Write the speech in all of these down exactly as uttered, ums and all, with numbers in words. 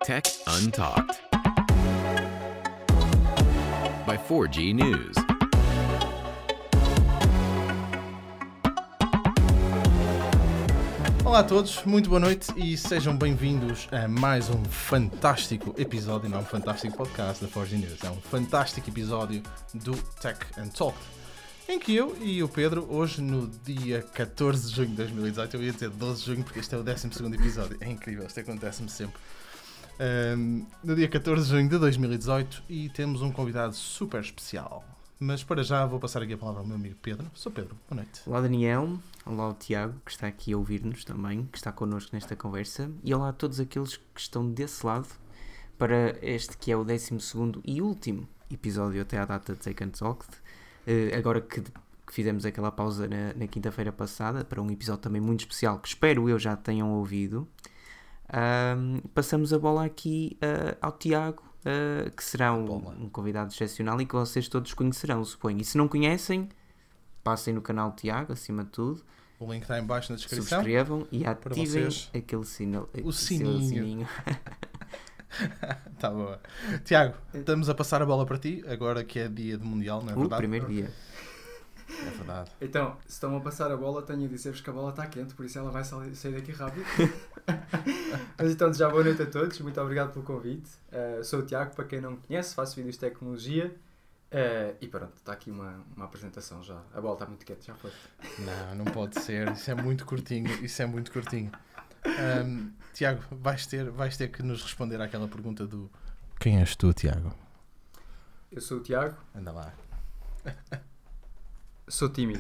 Tech Untalked by four G News. Olá a todos, muito boa noite e sejam bem-vindos a mais um fantástico episódio, não é um fantástico podcast da four G News, é um fantástico episódio do Tech Untalked, em que eu e o Pedro, hoje no dia catorze de junho de dois mil e dezoito, eu ia dizer doze de junho porque este é o décimo segundo episódio, é incrível, isto acontece-me sempre, um, no dia catorze de junho de dois mil e dezoito e temos um convidado super especial. Mas para já vou passar aqui a palavra ao meu amigo Pedro. Sou Pedro, boa noite. Olá Daniel, olá o Tiago, que está aqui a ouvir-nos também, que está connosco nesta conversa. E olá a todos aqueles que estão desse lado para este que é o décimo segundo e último episódio até à data de Tech Untalked. Uh, agora que, que fizemos aquela pausa na, na quinta-feira passada para um episódio também muito especial, que espero eu já tenham ouvido, uh, passamos a bola aqui uh, ao Tiago. Uh, que será um, um convidado excepcional e que vocês todos conhecerão, suponho. E se não conhecem, passem no canal do Tiago, acima de tudo. O link está em baixo na descrição. Subscrevam e ativem aquele sino, o sininho. sininho. Tá boa. Tiago, estamos a passar a bola para ti, agora que é dia do Mundial, não é verdade? O primeiro dia. É verdade. Então, se estão a passar a bola, tenho a dizer-vos que a bola está quente, por isso ela vai sair daqui rápido. Mas então, já boa noite a todos, muito obrigado pelo convite. Uh, sou o Tiago, para quem não me conhece, faço vídeos de tecnologia. Uh, e pronto, está aqui uma, uma apresentação já. A bola está muito quente, já foi. Não, não pode ser, isso é muito curtinho, isso é muito curtinho. Um, Tiago, vais ter, vais ter que nos responder àquela pergunta do quem és tu, Tiago? Eu sou o Tiago. Anda lá. Sou tímido.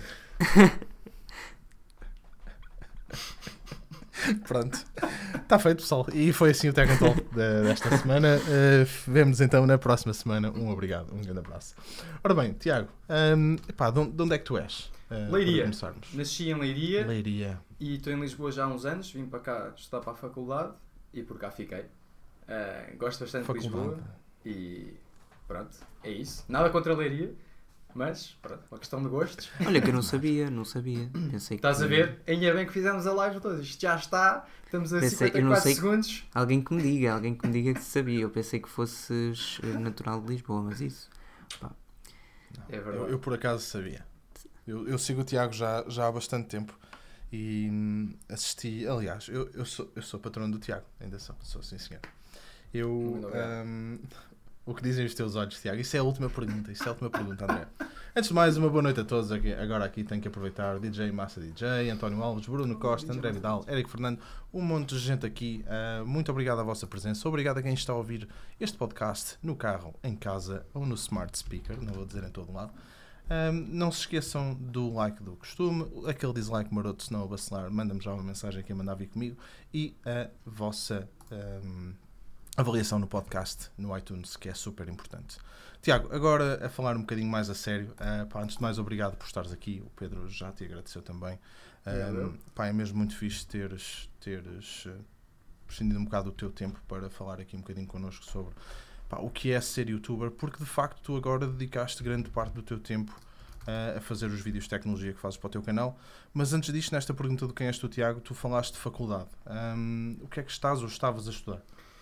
Pronto, está feito, pessoal. E foi assim o Tech Talk desta semana. Uh, vemo-nos então na próxima semana. Um obrigado, um grande abraço. Ora bem, Tiago, um, epá, de onde é que tu és? Uh, Leiria. Nasci em Leiria. Leiria. E estou em Lisboa já há uns anos. Vim para cá estudar para a faculdade e por cá fiquei. Uh, gosto bastante faculdade. de Lisboa. E pronto, é isso. Nada contra a Leiria. Mas, pronto, uma questão de gostos. Olha que eu não sabia, não sabia. Pensei Estás que... a ver? Ainda bem que fizemos a live todos. Isto já está. Estamos a pensei, cinquenta e quatro sei, segundos. Alguém que me diga, alguém que me diga que sabia. Eu pensei que fosses natural de Lisboa, mas isso... Pá. É verdade. Eu, eu por acaso sabia. Eu, eu sigo o Tiago já, já há bastante tempo e hum, assisti... Aliás, eu, eu, sou, eu sou patrono do Tiago. Ainda sou, sou sim senhor. Eu... Hum, o que dizem os teus olhos, Tiago? Isso é a última pergunta. Isso é a última pergunta, André. Antes de mais, uma boa noite a todos. Aqui, agora aqui tenho que aproveitar D J Massa D J, António Alves, Bruno Costa, André Vidal, Érico Fernando, um monte de gente aqui. Uh, muito obrigado à vossa presença. Obrigado a quem está a ouvir este podcast no carro, em casa ou no smart speaker. Não vou dizer em todo lado. Um, não se esqueçam do like do costume. Aquele dislike maroto, se não a vacilar, manda-me já uma mensagem aqui a mandar vir comigo. E a vossa... Um, avaliação no podcast, no iTunes, que é super importante. Tiago, agora a falar um bocadinho mais a sério, uh, pá, antes de mais obrigado por estares aqui, o Pedro já te agradeceu também. Um, pá, é mesmo muito fixe teres, teres uh, prescindido um bocado do teu tempo para falar aqui um bocadinho connosco sobre pá, o que é ser youtuber, porque de facto tu agora dedicaste grande parte do teu tempo uh, a fazer os vídeos de tecnologia que fazes para o teu canal, mas antes disto, nesta pergunta do quem és tu, Tiago, tu falaste de faculdade. Um, o que é que estás ou estavas a estudar?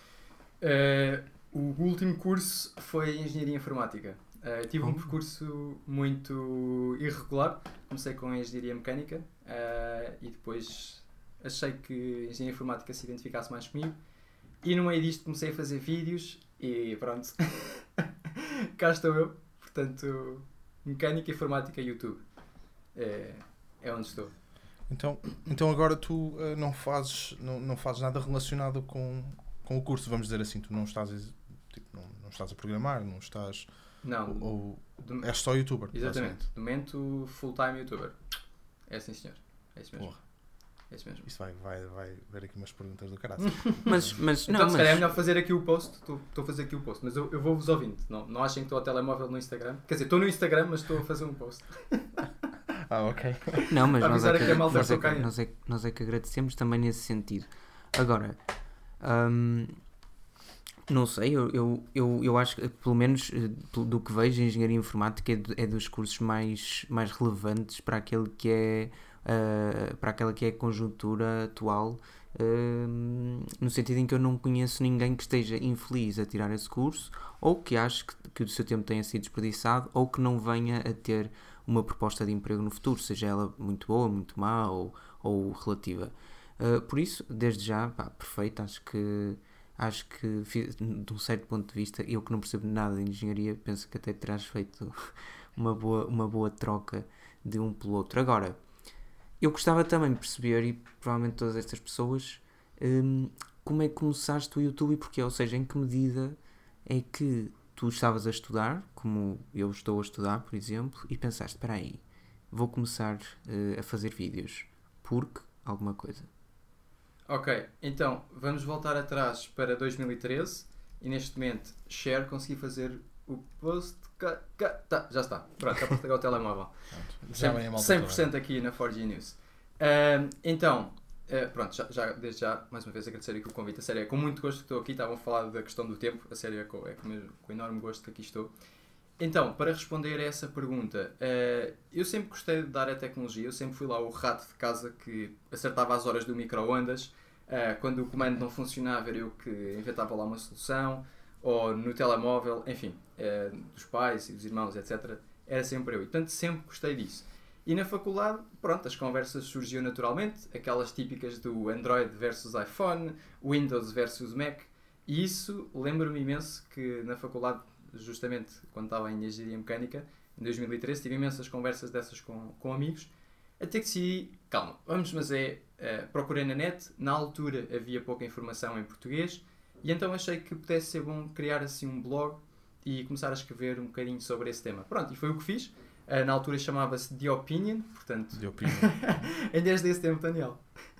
Uh, o último curso foi Engenharia Informática. Uh, tive um percurso muito irregular. Comecei com Engenharia Mecânica uh, e depois achei que Engenharia Informática se identificasse mais comigo. E no meio disto comecei a fazer vídeos e pronto. Cá estou eu. Portanto, Mecânica, Informática e YouTube. É, é onde estou. Então, então agora tu uh, não, fazes, não, não fazes nada relacionado com... com o curso, vamos dizer assim, tu não estás, tipo, não, não estás a programar, não estás... Não. Ou, ou do, és só youtuber. Exatamente. De momento, full-time youtuber. É sim, senhor. É isso mesmo. Porra. É isso mesmo. Isso vai, vai, vai ver aqui umas perguntas do caralho. mas, mas, então, não, se mas... calhar é melhor fazer aqui o post. Estou a fazer aqui o post, mas eu, eu vou-vos ouvindo. Não, não achem que estou ao telemóvel no Instagram. Quer dizer, estou no Instagram, mas estou a fazer um post. Ah, ok. Não, mas nós é, que, que nós, é que, nós, é, nós é que agradecemos também nesse sentido. Agora... Hum, não sei, eu, eu, eu, eu acho que, pelo menos do que vejo, a Engenharia Informática é, é dos cursos mais, mais relevantes para aquele que é uh, para aquela que é a conjuntura atual hum, no sentido em que eu não conheço ninguém que esteja infeliz a tirar esse curso, ou que ache que, que o seu tempo tenha sido desperdiçado, ou que não venha a ter uma proposta de emprego no futuro, seja ela muito boa, muito má ou, ou relativa. Uh, por isso, desde já, pá, perfeito, acho que acho que de um certo ponto de vista, eu que não percebo nada de engenharia, penso que até terás feito uma boa, uma boa troca de um pelo outro. Agora, eu gostava também de perceber, e provavelmente todas estas pessoas, um, como é que começaste o YouTube e porquê, ou seja, em que medida é que tu estavas a estudar, como eu estou a estudar, por exemplo, e pensaste, espera aí, vou começar uh, a fazer vídeos, porque alguma coisa. Ok, então vamos voltar atrás para dois mil e treze e neste momento, share, consegui fazer o post. Ca, ca, tá, já está. Pronto, já posso pegar o telemóvel. cem por cento aqui na four G News. Uh, então, uh, pronto, já, já, desde já, mais uma vez agradecer aqui o convite. A sério, é com muito gosto que estou aqui. Estavam a falar da questão do tempo. A sério, é com, é com, com enorme gosto que aqui estou. Então, para responder a essa pergunta, uh, eu sempre gostei de dar a tecnologia. Eu sempre fui lá o rato de casa que acertava as horas do micro-ondas. Uh, quando o comando não funcionava, era eu que inventava lá uma solução, ou no telemóvel, enfim, uh, dos pais e dos irmãos, etcétera. Era sempre eu. E, portanto, sempre gostei disso. E na faculdade, pronto, as conversas surgiam naturalmente, aquelas típicas do Android versus iPhone, Windows versus Mac. E isso, lembro-me imenso que na faculdade, justamente quando estava em Engenharia Mecânica, em dois mil e treze, tive imensas conversas dessas com, com amigos, até que decidi, calma, vamos, mas é, uh, procurei na net, na altura havia pouca informação em português, e então achei que pudesse ser bom criar assim um blog e começar a escrever um bocadinho sobre esse tema. Pronto, e foi o que fiz. Uh, na altura chamava-se The Opinion, portanto... The Opinion. Em desde esse tempo, Daniel.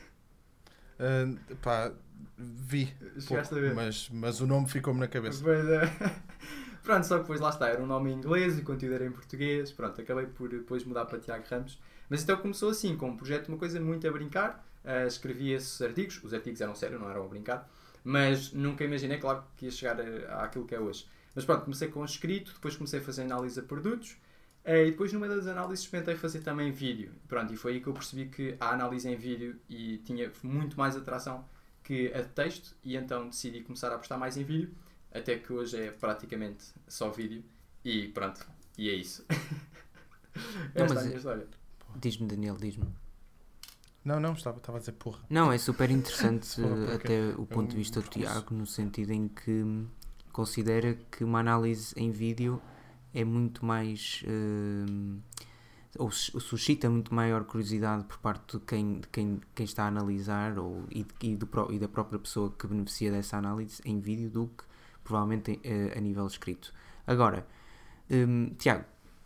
Uh, pá, vi, pouco, a ver. Mas, mas o nome ficou-me na cabeça. Pois é. Pronto, só que depois lá está, era um nome em inglês e o conteúdo era em português. Pronto, acabei por depois mudar para Tiago Ramos. Mas então começou assim, com um projeto, uma coisa muito a brincar. Uh, escrevi esses artigos, os artigos eram sérios, não eram a brincar. Mas nunca imaginei, claro, que ia chegar a, àquilo que é hoje. Mas pronto, comecei com escrito, depois comecei a fazer análise a produtos. Uh, e depois, no meio das análises, experimentei fazer também vídeo. Pronto, e foi aí que eu percebi que a análise em vídeo e tinha muito mais atração que a de texto, e então decidi começar a apostar mais em vídeo, até que hoje é praticamente só vídeo, e pronto, e é isso. Não, Esta mas é a minha história. Diz-me, Daniel, diz-me. Não, não, estava, estava a dizer porra. Não, é super interessante Porra, até o ponto de vista do Tiago, no sentido em que considera que uma análise em vídeo é muito mais, uh, ou suscita muito maior curiosidade por parte de quem, de quem, quem está a analisar ou, e, e, do, e da própria pessoa que beneficia dessa análise em vídeo do que provavelmente uh, a nível escrito. Agora, um, Tiago,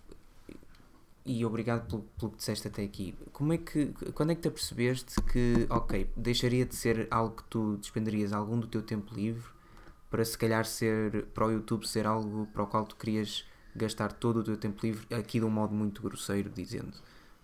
e obrigado pelo, pelo que disseste até aqui, como é que, quando é que te apercebeste que, ok, deixaria de ser algo que tu despenderias algum do teu tempo livre para se calhar ser, para o YouTube ser algo para o qual tu querias gastar todo o teu tempo livre, aqui de um modo muito grosseiro, dizendo.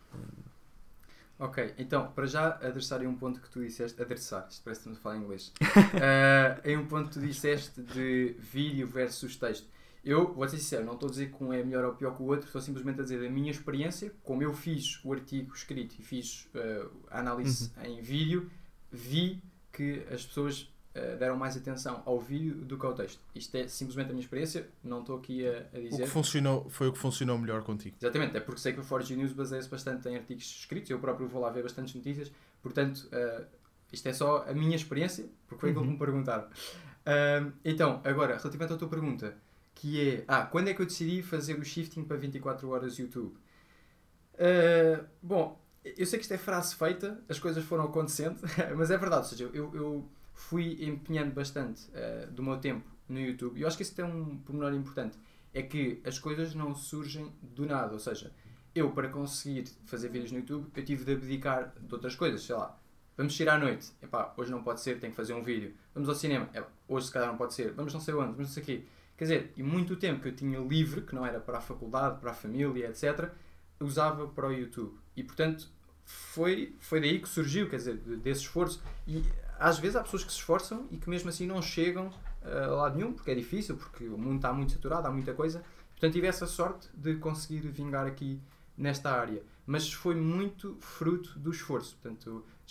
Ok, então, para já adressar aí um ponto que tu disseste, adressar, isto parece que estamos a falar em inglês, uh, em um ponto que tu disseste de vídeo versus texto. Eu, vou ser sincero, não estou a dizer que um é melhor ou pior que o outro, estou simplesmente a dizer da minha experiência, como eu fiz o artigo escrito e fiz uh, a análise uhum. em vídeo, vi que as pessoas Uh, deram mais atenção ao vídeo do que ao texto. Isto é simplesmente a minha experiência, não estou aqui a, a dizer... O que funcionou, foi o que funcionou melhor contigo. Exatamente, é porque sei que a four G News baseia-se bastante em artigos escritos, eu próprio vou lá ver bastantes notícias, portanto, uh, isto é só a minha experiência, porque foi aquilo que me perguntaram. Uh, então, agora, relativamente à tua pergunta, que é, ah, quando é que eu decidi fazer o shifting para vinte e quatro horas YouTube? Uh, bom, eu sei que isto é frase feita, as coisas foram acontecendo, mas é verdade, ou seja, eu... eu fui empenhando bastante uh, do meu tempo no YouTube, e eu acho que isso tem um pormenor importante, é que as coisas não surgem do nada, ou seja, eu para conseguir fazer vídeos no YouTube, eu tive de abdicar de outras coisas, sei lá, vamos sair à noite, epá, hoje não pode ser, tenho que fazer um vídeo, vamos ao cinema, epá, hoje se calhar não pode ser, vamos não sei onde, vamos não sei o quê, quer dizer, e muito tempo que eu tinha livre, que não era para a faculdade, para a família, etcétera, usava para o YouTube, e portanto, foi, foi daí que surgiu, quer dizer, desse esforço, e às vezes há pessoas que se esforçam e que mesmo assim não chegam uh, a lado nenhum, porque é difícil, porque o mundo está muito saturado, há muita coisa. Portanto, tive essa sorte de conseguir vingar aqui nesta área. Mas foi muito fruto do esforço. Portanto,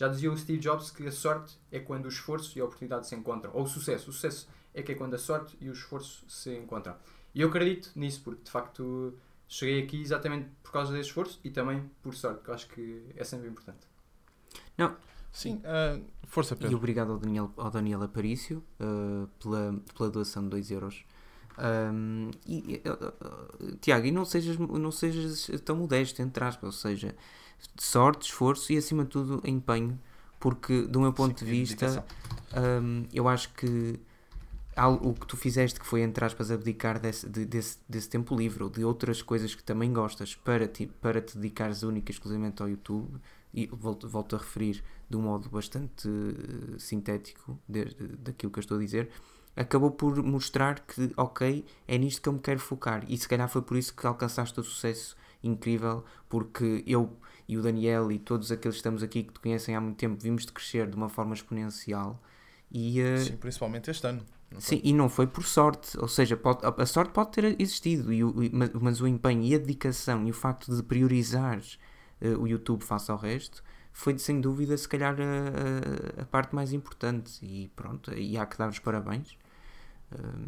Já dizia o Steve Jobs que a sorte é quando o esforço e a oportunidade se encontram. Ou o sucesso. O sucesso é que é quando a sorte e o esforço se encontram. E eu acredito nisso, porque de facto cheguei aqui exatamente por causa desse esforço e também por sorte, que eu acho que é sempre importante. Não. Sim, uh, força, Pedro. E obrigado ao Daniel, ao Daniel Aparício uh, pela, pela doação de dois euros. Um, e, uh, uh, Tiago, e não sejas, não sejas tão modesto, entre aspas, ou seja, sorte, esforço e acima de tudo empenho, porque do meu ponto Sim, de vista um, eu acho que o que tu fizeste, que foi entre aspas abdicar desse, de, desse, desse tempo livre ou de outras coisas que também gostas para te, para te dedicares única e exclusivamente ao YouTube, e volto, volto a referir de um modo bastante uh, sintético de, de, daquilo que eu estou a dizer, acabou por mostrar que, ok, é nisto que eu me quero focar. E se calhar foi por isso que alcançaste o sucesso incrível, porque eu e o Daniel e todos aqueles que estamos aqui que te conhecem há muito tempo vimos-te crescer de uma forma exponencial. E, uh, sim, principalmente este ano. Sim, e não foi por sorte, ou seja, pode, a sorte pode ter existido, e o, mas o empenho e a dedicação e o facto de priorizares uh, o YouTube face ao resto foi sem dúvida se calhar a, a, a parte mais importante, e pronto, e há que dar os parabéns. Um...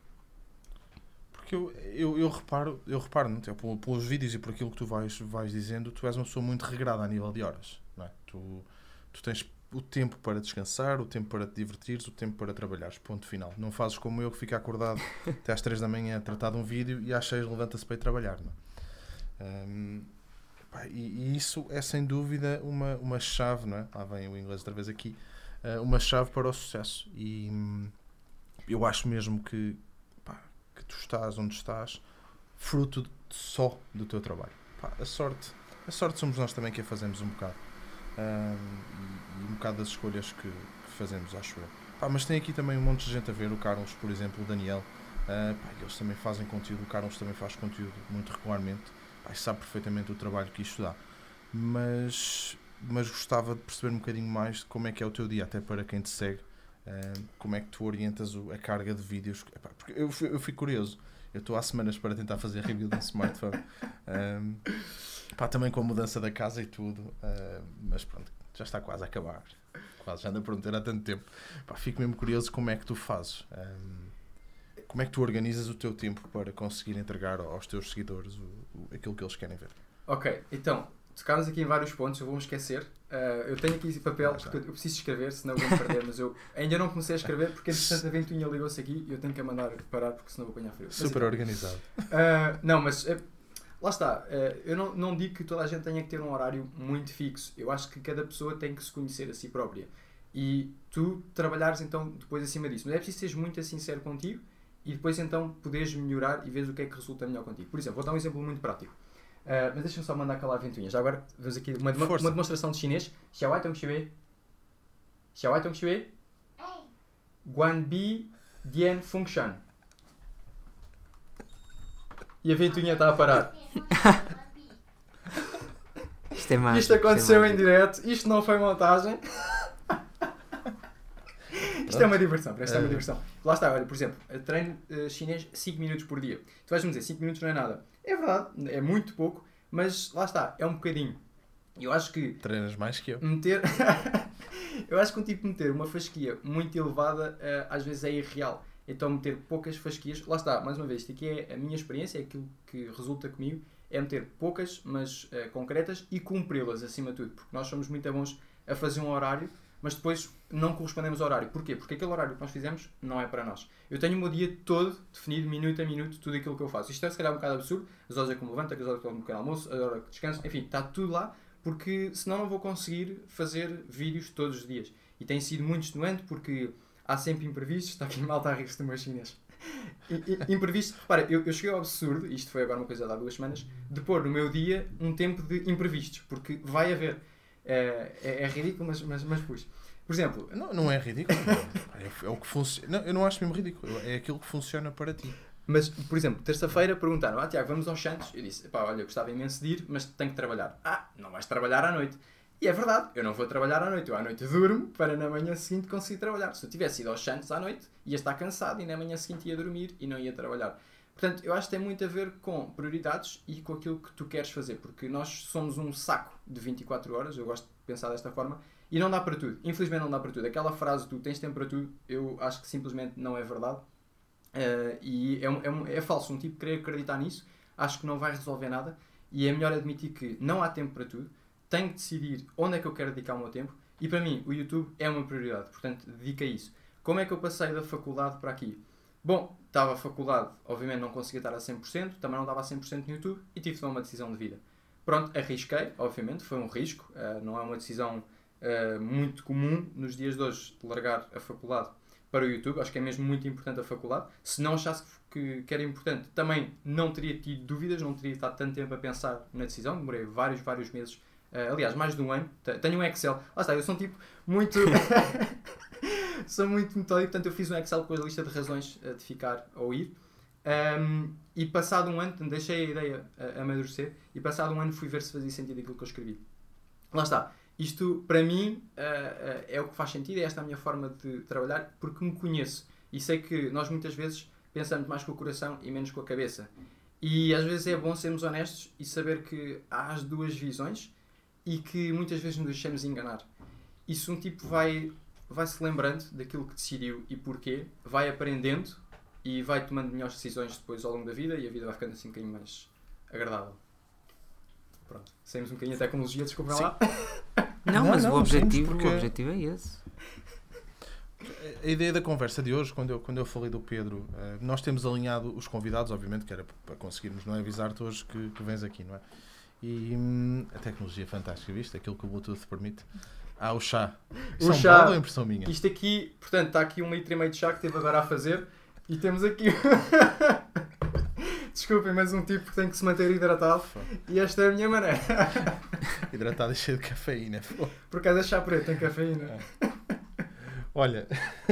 Porque eu, eu, eu reparo, eu reparo não, tipo, pelos vídeos e por aquilo que tu vais, vais dizendo, tu és uma pessoa muito regrada a nível de horas, não é? Tu, tu tens o tempo para descansar, o tempo para te divertires, o tempo para trabalhares, ponto final. Não fazes como eu, que fico acordado até às três da manhã a tratar de um vídeo e às seis levanta-se para ir trabalhar, não é? Um, pá, e, e isso é sem dúvida uma, uma chave, não é? Lá vem o inglês outra vez aqui, uh, uma chave para o sucesso. E hum, eu acho mesmo que, pá, que tu estás onde estás fruto de, só do teu trabalho. Pá, a sorte, a sorte somos nós também que a fazemos um bocado. Um, e, e um bocado das escolhas que, que fazemos, acho eu. Pá, mas tem aqui também um monte de gente a ver, o Carlos, por exemplo, o Daniel, uh, pá, eles também fazem conteúdo, o Carlos também faz conteúdo muito regularmente, pá, e sabe perfeitamente o trabalho que isto dá, mas, mas gostava de perceber um bocadinho mais de como é que é o teu dia, até para quem te segue, uh, como é que tu orientas o, a carga de vídeos, epá, porque eu, eu fico curioso, eu estou há semanas para tentar fazer review de um smartphone, um, pá, também com a mudança da casa e tudo, uh, mas pronto, já está quase a acabar, quase, já ando a prometer há tanto tempo. Pá, fico mesmo curioso como é que tu fazes, um, como é que tu organizas o teu tempo para conseguir entregar aos teus seguidores o, o, aquilo que eles querem ver. Ok, então, tocámos aqui em vários pontos, eu vou-me esquecer. Uh, eu tenho aqui esse papel, Ah, porque eu preciso escrever, senão vou-me perder, mas eu ainda não comecei a escrever, porque entretanto a ventoinha ligou-se aqui e eu tenho que a mandar parar, porque senão vou apanhar frio. Mas, Super então, organizado. Uh, não, mas uh, lá está. Uh, eu não, não digo que toda a gente tenha que ter um horário muito fixo. Eu acho que cada pessoa tem que se conhecer a si própria. E tu trabalhares então depois acima disso. Mas é preciso seres muito sincero contigo e depois então poderes melhorar e veres o que é que resulta melhor contigo. Por exemplo, vou dar um exemplo muito prático. Uh, mas deixa-me só mandar aquela ventoinha. Já agora vemos aqui uma, uma, uma demonstração de chinês. Xiaowai tong xue. Xiaowai tong xue. Guanbi dian function. E a ventoinha está a parar. Isto é mágico. Isto aconteceu isto é em direto. Isto não foi montagem. Isto é uma diversão. Isto é uma diversão. Lá está, olha, por exemplo, treino uh, chinês cinco minutos por dia. Tu vais-me dizer, cinco minutos não é nada. É verdade, é muito pouco, mas lá está, é um bocadinho. Eu acho que... Treinas mais que eu. Meter... eu acho que um tipo meter uma fasquia muito elevada uh, às vezes é irreal. Então meter poucas fasquias, lá está, mais uma vez, isto aqui é a minha experiência, é aquilo que resulta comigo, é meter poucas, mas uh, concretas e cumpri-las acima de tudo, porque nós somos muito bons a fazer um horário, mas depois não correspondemos ao horário. Porquê? Porque aquele horário que nós fizemos não é para nós. Eu tenho o meu dia todo definido, minuto a minuto, tudo aquilo que eu faço. Isto é se calhar um bocado absurdo, as horas é que me levanto, as horas que eu tomo um pequeno almoço, a hora que descanso, enfim, está tudo lá, porque senão não vou conseguir fazer vídeos todos os dias. E tem sido muito extenuante porque há sempre imprevistos, está aqui mal, está a rir-se do meu chinês. Imprevisto, repara, eu, eu cheguei ao absurdo, isto foi agora uma coisa de há duas semanas, de pôr no meu dia um tempo de imprevistos, porque vai haver. É, é, é ridículo, mas, mas, mas pus. Por exemplo... Não, não é ridículo. é, é o que funciona. Não, eu não acho mesmo ridículo. É aquilo que funciona para ti. Mas, por exemplo, terça-feira perguntaram, ah, Tiago, vamos aos Santos? Eu disse, pá, olha, eu gostava imenso de ir, mas tenho que trabalhar. Ah, não vais trabalhar à noite. E é verdade, eu não vou trabalhar à noite. Eu à noite durmo para na manhã seguinte conseguir trabalhar. Se eu tivesse ido aos Santos à noite, ia estar cansado e na manhã seguinte ia dormir e não ia trabalhar. Portanto, eu acho que tem muito a ver com prioridades e com aquilo que tu queres fazer, porque nós somos um saco de vinte e quatro horas, eu gosto de pensar desta forma, E não dá para tudo. Infelizmente não dá para tudo. Aquela frase do tens tempo para tudo, eu acho que simplesmente não é verdade. Uh, e é, é, é falso um tipo querer acreditar nisso. Acho que não vai resolver nada. E é melhor admitir que não há tempo para tudo. Tenho que decidir onde é que eu quero dedicar o meu tempo. E para mim, o YouTube é uma prioridade. Portanto, dedica a isso. Como é que eu passei da faculdade para aqui? Bom, estava a faculdade, obviamente não conseguia estar a cem por cento, também não estava a cem por cento no YouTube e tive de tomar uma decisão de vida. Pronto, arrisquei, obviamente, foi um risco, uh, não é uma decisão uh, muito comum nos dias de hoje de largar a faculdade para o YouTube, acho que é mesmo muito importante a faculdade. Se não achasse que, que era importante, também não teria tido dúvidas, não teria estado tanto tempo a pensar na decisão, demorei vários, vários meses, uh, aliás, mais de um ano, tenho um Excel, lá está, eu sou um tipo muito... sou muito metódico, portanto eu fiz um Excel com a lista de razões uh, de ficar ou ir. Um, e passado um ano, deixei a ideia uh, amadurecer, e passado um ano fui ver se fazia sentido aquilo que eu escrevi. Lá está. Isto, para mim, uh, uh, é o que faz sentido, é esta a minha forma de trabalhar, porque me conheço. E sei que nós muitas vezes pensamos mais com o coração e menos com a cabeça. E às vezes é bom sermos honestos e saber que há as duas visões e que muitas vezes nos deixamos enganar. E se um tipo vai... vai-se lembrando daquilo que decidiu e porquê, vai aprendendo e vai tomando melhores decisões depois ao longo da vida e a vida vai ficando assim um bocadinho mais agradável. Pronto, saímos um bocadinho da tecnologia, desculpem lá. Não, Não, mas não, o, objetivo, porque... o objetivo é esse. A ideia da conversa de hoje, quando eu, quando eu falei do Pedro, nós temos alinhado os convidados, obviamente, que era para conseguirmos, não é, avisar-te hoje que, que vens aqui, não é? E hum, a tecnologia é fantástica, viste? Aquilo que o Bluetooth permite. Ah, o chá. O São chá. bola ou impressão minha? Isto aqui, portanto, está aqui um litro e meio de chá que teve agora a fazer e temos aqui... Desculpem, mas um tipo que tem que se manter hidratado e esta é a minha maneira. Hidratado e cheio de cafeína. Por acaso é chá preto, tem cafeína. É. Olha,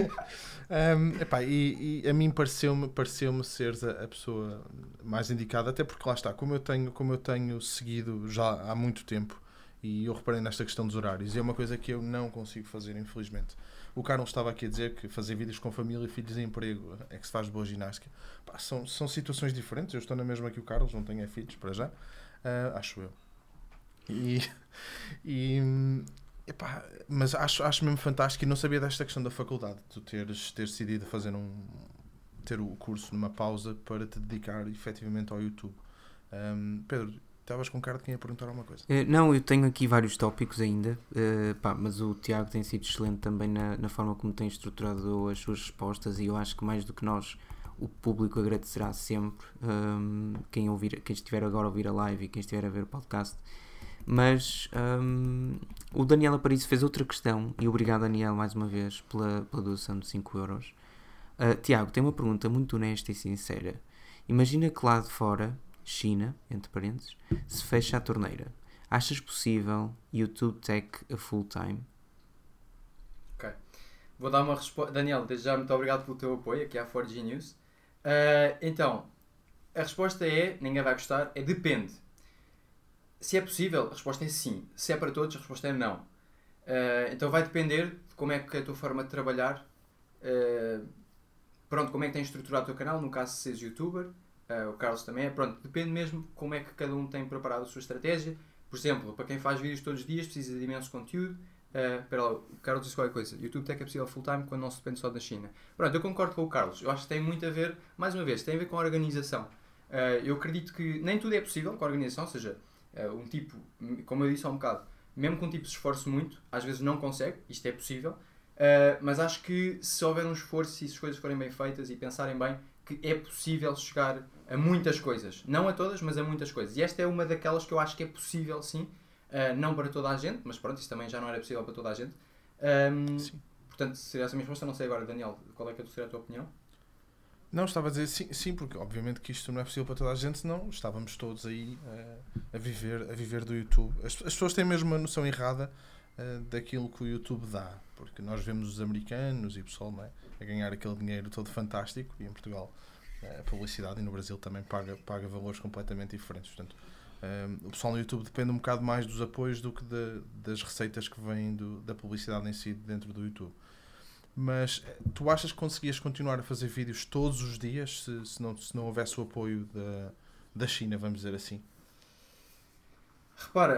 um, epá, e, e a mim pareceu-me pareceu-me seres a, a pessoa mais indicada, até porque lá está, como eu tenho, como eu tenho seguido já há muito tempo, e eu reparei nesta questão dos horários, e é uma coisa que eu não consigo fazer, infelizmente. O Carlos estava aqui a dizer que fazer vídeos com família e filhos em emprego é que se faz boa ginástica. Pá, são, são situações diferentes, eu estou na mesma que o Carlos, não tenho filhos para já, uh, acho eu. E... e epá, mas acho, acho mesmo fantástico, e não sabia desta questão da faculdade, tu teres, teres decidido fazer um, ter o curso numa pausa para te dedicar efetivamente ao YouTube. Um, Pedro, estavas com cara de quem ia perguntar alguma coisa? Uh, não, eu tenho aqui vários tópicos ainda, uh, pá, mas o Tiago tem sido excelente também na, na forma como tem estruturado as suas respostas, e eu acho que mais do que nós, o público agradecerá sempre, um, quem, ouvir, quem estiver agora a ouvir a live e quem estiver a ver o podcast. Mas um, o Daniel Aparicio fez outra questão, e obrigado, Daniel, mais uma vez pela, pela doação de cinco euros. Uh, Tiago, tem uma pergunta muito honesta e sincera. Imagina que lá de fora, China, entre parênteses, se fecha a torneira. Achas possível YouTube Tech a full time? Ok. Vou dar uma resposta. Daniel, desde já muito obrigado pelo teu apoio aqui à quatro G News. Uh, então, a resposta é, ninguém vai gostar, é depende. Se é possível, a resposta é sim. Se é para todos, a resposta é não. Uh, então vai depender de como é que é a tua forma de trabalhar. Uh, pronto, como é que tens estruturado o teu canal, no caso se és youtuber. Uh, o Carlos também é. Pronto, depende mesmo como é que cada um tem preparado a sua estratégia. Por exemplo, para quem faz vídeos todos os dias, precisa de imenso conteúdo. Uh, espera lá, o Carlos disse qualquer coisa. YouTube Tech é possível full time quando não se depende só da China. Pronto, eu concordo com o Carlos. Eu acho que tem muito a ver, mais uma vez, tem a ver com a organização. Uh, eu acredito que nem tudo é possível com a organização, ou seja... Uh, um tipo, como eu disse há um bocado, mesmo que um tipo se esforce muito, às vezes não consegue, isto é possível, uh, mas acho que se houver um esforço e se as coisas forem bem feitas e pensarem bem, que é possível chegar a muitas coisas, não a todas, mas a muitas coisas, e esta é uma daquelas que eu acho que é possível sim, uh, não para toda a gente, mas pronto, isso também já não era possível para toda a gente. Um, sim. Portanto, seria essa a minha resposta. Não sei agora, Daniel, qual é que seria a tua opinião? Não, estava a dizer sim, sim, porque obviamente que isto não é possível para toda a gente, senão estávamos todos aí uh, a, viver, a viver do YouTube. As, as pessoas têm mesmo uma noção errada uh, daquilo que o YouTube dá, porque nós vemos os americanos e o pessoal, não é, a ganhar aquele dinheiro todo fantástico, e em Portugal uh, a publicidade, e no Brasil também paga, paga valores completamente diferentes. Portanto, uh, o pessoal no YouTube depende um bocado mais dos apoios do que de, das receitas que vêm do, da publicidade em si dentro do YouTube. Mas tu achas que conseguias continuar a fazer vídeos todos os dias se, se, não, se não houvesse o apoio da, da China, vamos dizer assim? Repara,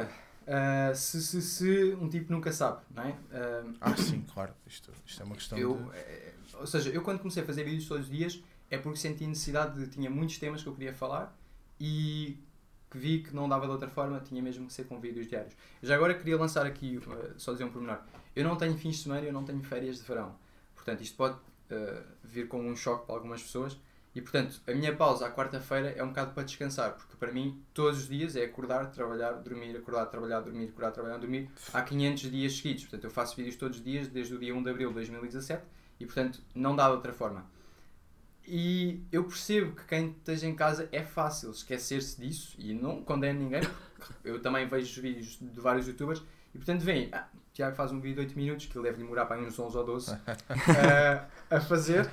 Uh, se, se, se um tipo nunca sabe, não é? Uh, Ah, sim, claro. Isto, isto é uma questão eu, de... eh, ou seja, eu quando comecei a fazer vídeos todos os dias é porque senti necessidade de... Tinha muitos temas que eu queria falar e que vi que não dava de outra forma, tinha mesmo que ser com vídeos diários. Eu já agora queria lançar aqui, uh, só dizer um pormenor. Eu não tenho fins de semana, eu não tenho férias de verão. Portanto, isto pode uh, vir como um choque para algumas pessoas. E, portanto, a minha pausa à quarta-feira é um bocado para descansar, porque para mim, todos os dias é acordar, trabalhar, dormir, acordar, trabalhar, dormir, acordar, trabalhar, dormir. Há quinhentos dias seguidos. Portanto, eu faço vídeos todos os dias, desde o dia um de abril de dois mil e dezassete, e, portanto, não dá de outra forma. E eu percebo que quem esteja em casa é fácil esquecer-se disso, e não condeno ninguém, porque eu também vejo vídeos de vários youtubers, e, portanto, vem, ah, o Tiago faz um vídeo de oito minutos, que ele deve demorar para uns onze ou doze uh, a fazer.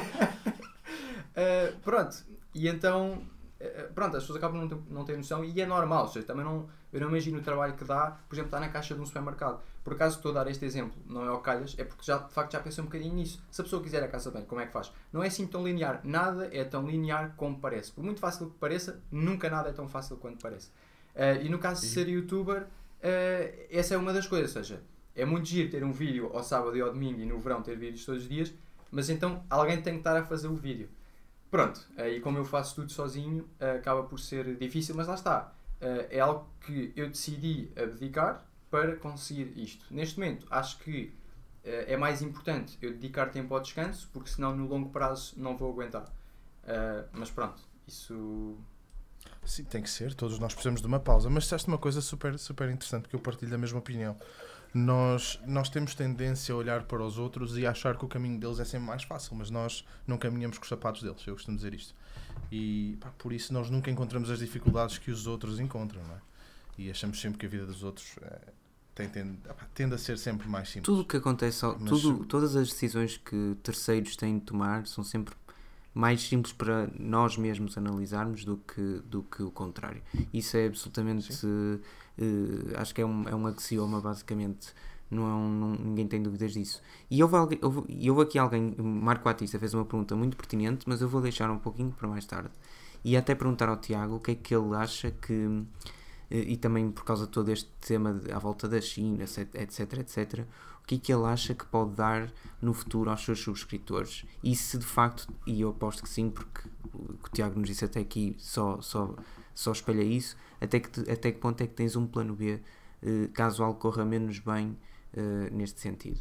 Uh, pronto, e então uh, pronto, as pessoas acabam não ter, não ter noção e é normal, ou seja, também não, eu não imagino o trabalho que dá, por exemplo, estar na caixa de um supermercado. Por acaso estou a dar este exemplo, não é ao calhas, é porque já, de facto já pensei um bocadinho nisso. Se a pessoa quiser a casa bem, como é que faz? Não é assim tão linear, nada é tão linear como parece. Por muito fácil que pareça, nunca nada é tão fácil quanto parece. Uh, e no caso de ser youtuber, uh, essa é uma das coisas, ou seja, é muito giro ter um vídeo ao sábado e ao domingo e no verão ter vídeos todos os dias, mas então alguém tem que estar a fazer o vídeo. Pronto, e como eu faço tudo sozinho, acaba por ser difícil, mas lá está. É algo que eu decidi abdicar para conseguir isto. Neste momento, acho que é mais importante eu dedicar tempo ao descanso, porque senão no longo prazo não vou aguentar. Mas pronto, isso... Sim, tem que ser, todos nós precisamos de uma pausa. Mas disseste uma coisa super, super interessante, que eu partilho da mesma opinião. Nós, nós temos tendência a olhar para os outros e a achar que o caminho deles é sempre mais fácil, mas nós não caminhamos com os sapatos deles, eu costumo dizer isto. E pá, por isso nós nunca encontramos as dificuldades que os outros encontram, não é? E achamos sempre que a vida dos outros é, tem, tende, pá, tende a ser sempre mais simples. Tudo o que acontece, ao, Mas, tudo, todas as decisões que terceiros têm de tomar são sempre mais simples para nós mesmos analisarmos do que, do que o contrário. Isso é absolutamente, uh, uh, acho que é um, é um axioma basicamente, não é um, não, ninguém tem dúvidas disso. E houve, alguém, houve, houve aqui alguém, o Marco Atista fez uma pergunta muito pertinente, mas eu vou deixar um pouquinho para mais tarde. E até perguntar ao Tiago o que é que ele acha que, e também por causa de todo este tema de, à volta da China, etc, etc, o que é que ele acha que pode dar no futuro aos seus subscritores, e se de facto, e eu aposto que sim, porque o que o Tiago nos disse até aqui só, só, só espelha isso, até que, até que ponto é que tens um plano B, eh, caso algo corra menos bem eh, neste sentido.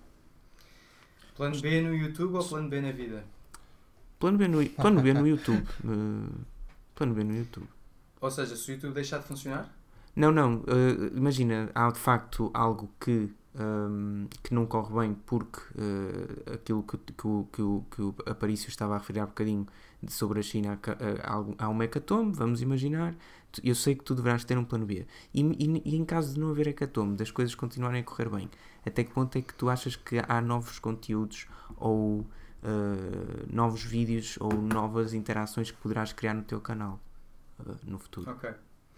Plano B no YouTube ou plano B na vida? Plano B no, plano B no YouTube. Uh, plano B no YouTube. Ou seja, se o YouTube deixar de funcionar? Não, não. Uh, imagina, há de facto algo que, um, que não corre bem porque uh, aquilo que, que, o, que, o, que o Aparício estava a referir há bocadinho de sobre a China, há, há um hecatombe, vamos imaginar. Eu sei que tu deverás ter um plano B. E, e, e em caso de não haver hecatombe, das coisas continuarem a correr bem, até que ponto é que tu achas que há novos conteúdos ou Uh, novos vídeos ou novas interações que poderás criar no teu canal uh, no futuro? Ok.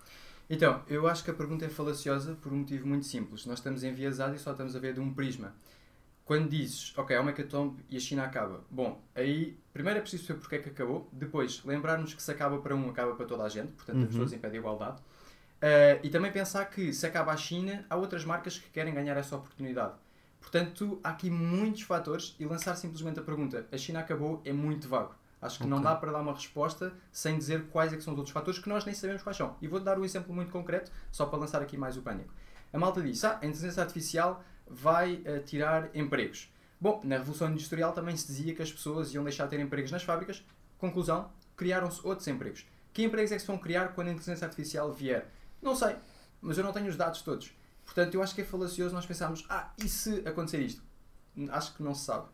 Então, eu acho que a pergunta é falaciosa por um motivo muito simples. Nós estamos enviesados e só estamos a ver de um prisma. Quando dizes, ok, há uma hecatombe e a China acaba. Bom, aí primeiro é preciso saber porque é que acabou. Depois, lembrar-nos que se acaba para um, acaba para toda a gente. Portanto, uhum. as pessoas em pé de igualdade. Uh, e também pensar que se acaba a China, há outras marcas que querem ganhar essa oportunidade. Portanto, há aqui muitos fatores e lançar simplesmente a pergunta, a China acabou, é muito vago. Acho que okay. não dá para dar uma resposta sem dizer quais é que são os outros fatores que nós nem sabemos quais são. E vou-te dar um exemplo muito concreto, só para lançar aqui mais o pânico. A malta diz, ah, a inteligência artificial vai uh, tirar empregos. Bom, na Revolução Industrial também se dizia que as pessoas iam deixar de ter empregos nas fábricas. Conclusão, criaram-se outros empregos. Que empregos é que se vão criar quando a inteligência artificial vier? Não sei, mas eu não tenho os dados todos. Portanto, eu acho que é falacioso nós pensarmos, ah, e se acontecer isto? Acho que não se sabe.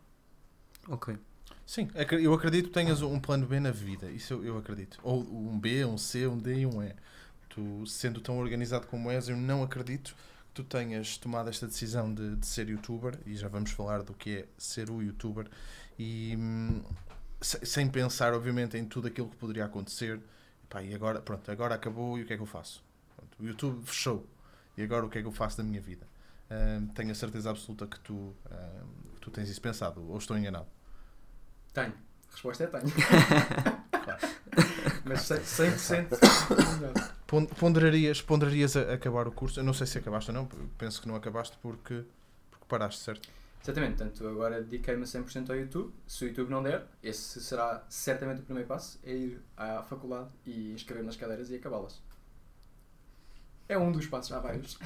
Ok. Sim, eu acredito que tenhas um plano B na vida, isso eu, eu acredito. Ou um B, um C, um D e um E. Tu, sendo tão organizado como és, eu não acredito que tu tenhas tomado esta decisão de, de ser youtuber, e já vamos falar do que é ser o youtuber, e hum, sem pensar, obviamente, em tudo aquilo que poderia acontecer. E, pá, e agora, pronto, agora acabou e o que é que eu faço? Pronto, o YouTube fechou. E agora o que é que eu faço da minha vida? Uh, tenho a certeza absoluta que tu, uh, que tu tens isso pensado, ou estou enganado? Tenho. A resposta é tenho. Claro. Mas cem por cento Pon- Ponderarias, ponderarias a acabar o curso? Eu não sei se acabaste ou não, penso que não acabaste porque, porque paraste, certo? Exatamente, portanto agora dediquei-me a cem por cento ao YouTube. Se o YouTube não der, esse será certamente o primeiro passo, é ir à faculdade e inscrever nas cadeiras e acabá-las. É um dos passos, há vários.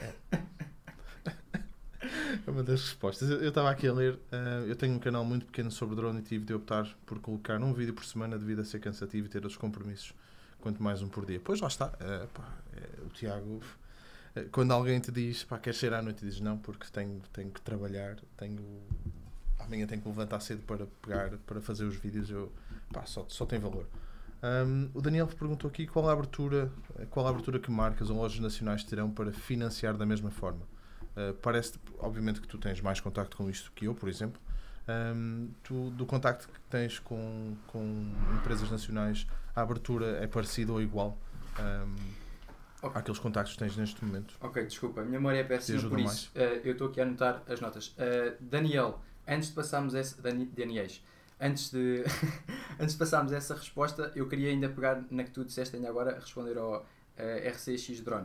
É uma das respostas. Eu estava aqui a ler, uh, eu tenho um canal muito pequeno sobre drone e tive de optar por colocar um vídeo por semana devido a ser cansativo e ter outros compromissos, quanto mais um por dia. Pois lá está, uh, pá, uh, o Tiago, uh, quando alguém te diz, pá, queres sair à noite, e dizes não, porque tenho, tenho que trabalhar, tenho, amanhã tenho que levantar cedo para pegar, para fazer os vídeos, eu, pá, só, só tem valor. Um, o Daniel perguntou aqui qual a abertura, qual a abertura que marcas ou lojas nacionais terão para financiar da mesma forma. Uh, parece, obviamente, que tu tens mais contacto com isto que eu, por exemplo. Um, tu, do contacto que tens com, com empresas nacionais, a abertura é parecida ou igual um, okay. àqueles contactos que tens neste momento? Ok, desculpa, a minha memória é péssima, por isso uh, eu estou aqui a anotar as notas. Uh, Daniel, antes de passarmos essa... Dani, Daniels, antes de, antes de passarmos essa resposta, eu queria ainda pegar na que tu disseste ainda agora, responder ao uh, R C X Drone.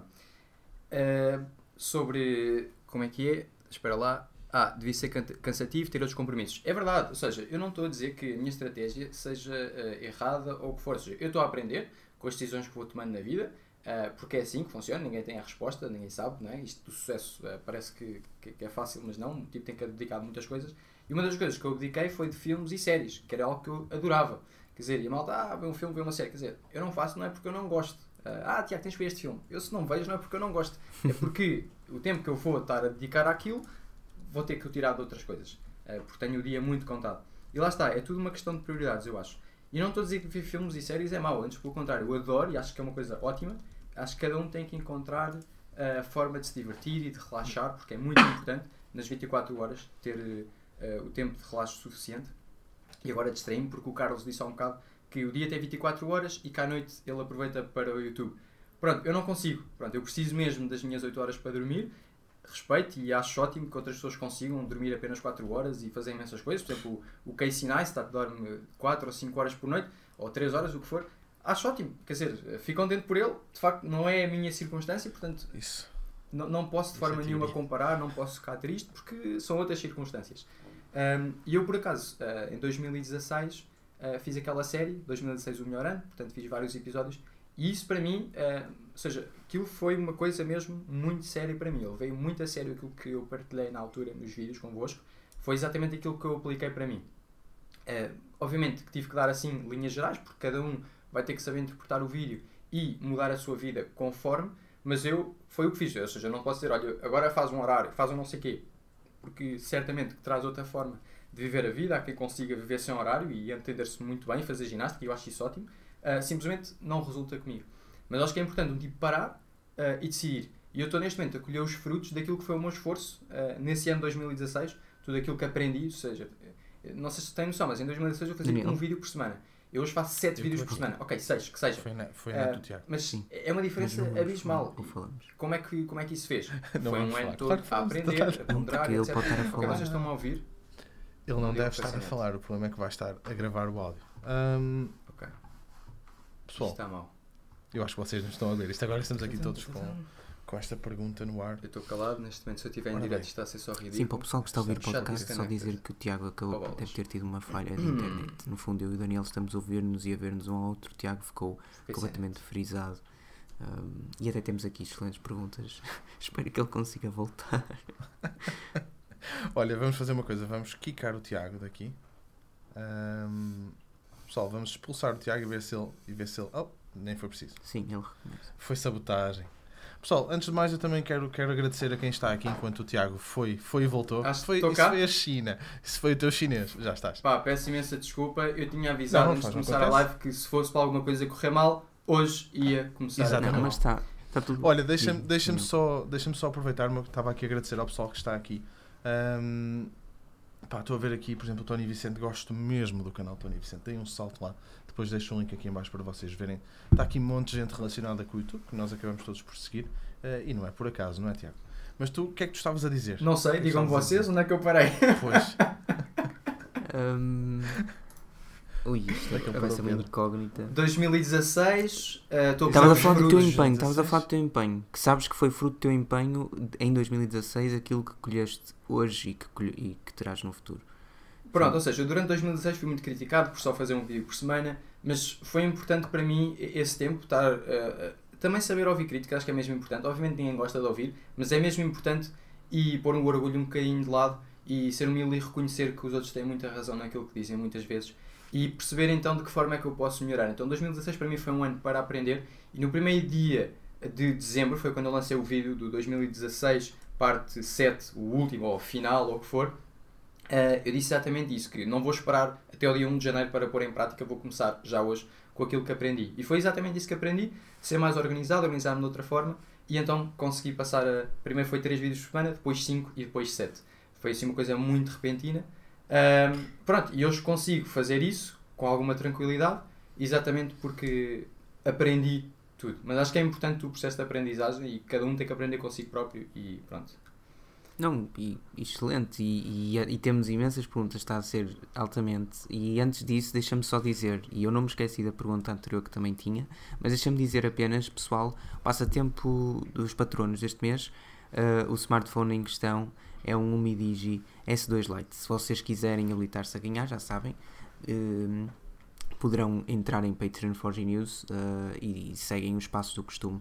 Uh, sobre... Como é que é? Espera lá. Ah, devia ser cansativo, ter outros compromissos. É verdade, ou seja, eu não estou a dizer que a minha estratégia seja uh, errada ou o que for. Ou seja, eu estou a aprender com as decisões que vou tomando na vida, uh, porque é assim que funciona, ninguém tem a resposta, ninguém sabe, não é? Isto do sucesso uh, parece que, que, que é fácil, mas não, o tipo tem que dedicar muitas coisas. E uma das coisas que eu dediquei foi de filmes e séries, que era algo que eu adorava. Quer dizer, e a malta, ah, vê um filme, vê uma série. Quer dizer, eu não faço, não é porque eu não gosto. Ah, Tiago, tens que ver este filme. Eu se não vejo não é porque eu não gosto. É porque o tempo que eu vou estar a dedicar àquilo, vou ter que o tirar de outras coisas. Porque tenho o dia muito contado. E lá está, é tudo uma questão de prioridades, eu acho. E não estou a dizer que ver filmes e séries é mau. Antes, pelo contrário, eu adoro e acho que é uma coisa ótima. Acho que cada um tem que encontrar a forma de se divertir e de relaxar, porque é muito importante, nas vinte e quatro horas, ter uh, o tempo de relaxo suficiente. E agora distraí-me, porque o Carlos disse há um bocado que o dia tem vinte e quatro horas e que à noite ele aproveita para o YouTube. Pronto, eu não consigo. Pronto, eu preciso mesmo das minhas oito horas para dormir. Respeito e acho ótimo que outras pessoas consigam dormir apenas quatro horas e fazer imensas coisas. Por exemplo, o Casey Neistat dorme quatro ou cinco horas por noite, ou três horas, o que for. Acho ótimo. Quer dizer, fico contente por ele. De facto, não é a minha circunstância, portanto, Isso. Não, não posso de forma é nenhuma comparar, não posso ficar triste, porque são outras circunstâncias. Um, e eu, por acaso, uh, em dois mil e dezasseis, Uh, fiz aquela série, dois mil e dezasseis o melhor ano, portanto fiz vários episódios, e isso para mim, uh, ou seja, aquilo foi uma coisa mesmo muito séria para mim. Ele veio muito a sério aquilo que eu partilhei na altura nos vídeos convosco, foi exatamente aquilo que eu apliquei para mim. Uh, obviamente que tive que dar assim linhas gerais, porque cada um vai ter que saber interpretar o vídeo e mudar a sua vida conforme, mas eu, foi o que fiz, ou seja, eu não posso dizer, olha, agora faz um horário, faz um não sei o quê, porque certamente que traz outra forma de viver a vida, há quem consiga viver sem horário e entender-se muito bem, fazer ginástica, e eu acho isso ótimo, uh, simplesmente não resulta comigo. Mas acho que é importante um tipo parar uh, e decidir. E eu estou neste momento a colher os frutos daquilo que foi o meu esforço uh, nesse ano de dois mil e dezasseis, tudo aquilo que aprendi, ou seja, não sei se tem noção, mas em dois mil e dezasseis eu fazia Daniel. um vídeo por semana. Eu hoje faço sete vídeos por semana. Ok, seis, que seja. Foi na, foi na uh, do Tiago. Mas Sim. É uma diferença não, abismal. Não como, é que, como é que isso fez? Não foi um falar. ano todo Claro a aprender, a ponderar, ele etcétera. pode estar a Ok, falar. vocês estão-me a ouvir? Ele não Não deve digo estar a fascinante. falar, o problema é que vai estar a gravar o áudio. Um, Ok. pessoal, Isto está mal. eu acho que vocês não estão a ver. Isto agora estamos aqui todos com, com esta pergunta no ar. Eu estou calado neste momento, se eu estiver em Ora direto bem. está a ser só ridículo. Sim, para o pessoal que está a ouvir o Chato podcast, só disconnected. dizer que o Tiago acabou, Oh, bolas. deve ter tido uma falha de internet. No fundo, eu e o Daniel estamos a ouvir-nos e a ver-nos um ao outro. O Tiago ficou Fiquei completamente frisado. Um, e até temos aqui excelentes perguntas. Espero que ele consiga voltar. Olha, vamos fazer uma coisa. Vamos quicar o Tiago daqui. Um, pessoal, vamos expulsar o Tiago e ver se ele... E ver se ele oh, nem foi preciso. Sim, ele reconhece. Foi sabotagem. Pessoal, antes de mais eu também quero, quero agradecer a quem está aqui enquanto o Tiago foi, foi e voltou. Acho que Foi, estou isso cá. foi a China. Isso foi o teu chinês. Já estás. Pá, peço imensa desculpa, eu tinha avisado Não, não antes faz, de não começar a acontece. live que se fosse para alguma coisa correr mal, hoje ia começar Exatamente. a Não, correr mas mal. está, está tudo Olha, deixa-me Sim, deixa-me sim. só, deixa só aproveitar, eu estava aqui a agradecer ao pessoal que está aqui. Um, pá, estou a ver aqui, por exemplo, o Tony Vicente, gosto mesmo do canal Tony Vicente, deem um salto lá, depois deixo um link aqui em baixo para vocês verem. Está aqui um monte de gente relacionada com o YouTube, que nós acabamos todos por seguir, uh, e não é por acaso, não é, Tiago? Mas tu, o que é que tu estavas a dizer? Não sei, O que é que digam-me estavas a vocês dizer? onde é que eu parei. Pois, Hum, Ui, isto Onde é que ele vai parou, ser uma Pedro? incógnita. dois mil e dezasseis, uh, estou Estavas a os falar do teu frutos. empenho, estavas a dezasseis. falar do teu empenho. Que sabes que foi fruto do teu empenho em dois mil e dezasseis aquilo que colheste hoje e que, colhe- e que terás no futuro. Pronto, Sim. ou seja, eu durante dois mil e dezasseis fui muito criticado por só fazer um vídeo por semana, mas foi importante para mim esse tempo estar. Uh, uh, também saber ouvir crítica, acho que é mesmo importante. Obviamente ninguém gosta de ouvir, mas é mesmo importante e pôr um orgulho um bocadinho de lado e ser humilde e reconhecer que os outros têm muita razão naquilo que dizem muitas vezes e perceber então de que forma é que eu posso melhorar. Então dois mil e dezasseis para mim foi um ano para aprender e no primeiro dia de dezembro foi quando eu lancei o vídeo do dois mil e dezasseis, parte sete, o último ou final ou o que for. Uh, eu disse exatamente isso, que não vou esperar até o dia um de janeiro para pôr em prática, vou começar já hoje com aquilo que aprendi. E foi exatamente isso que aprendi, ser mais organizado, organizar-me de outra forma, e então consegui passar a... Primeiro foi três vídeos por semana, depois cinco e depois sete. Foi assim uma coisa muito repentina. Um, pronto, e hoje consigo fazer isso com alguma tranquilidade, exatamente porque aprendi tudo. Mas acho que é importante o processo de aprendizagem e cada um tem que aprender consigo próprio e pronto. Não, e, excelente, e, e, e temos imensas perguntas, está a ser altamente, e antes disso deixa-me só dizer, e eu não me esqueci da pergunta anterior que também tinha, mas deixa-me dizer apenas, pessoal, o passatempo dos patronos deste mês, uh, o smartphone em questão é um Umidigi S dois Lite. Se vocês quiserem habilitar-se a ganhar, já sabem, uh, poderão entrar em Patreon for G News uh, e, e seguem os passos do costume,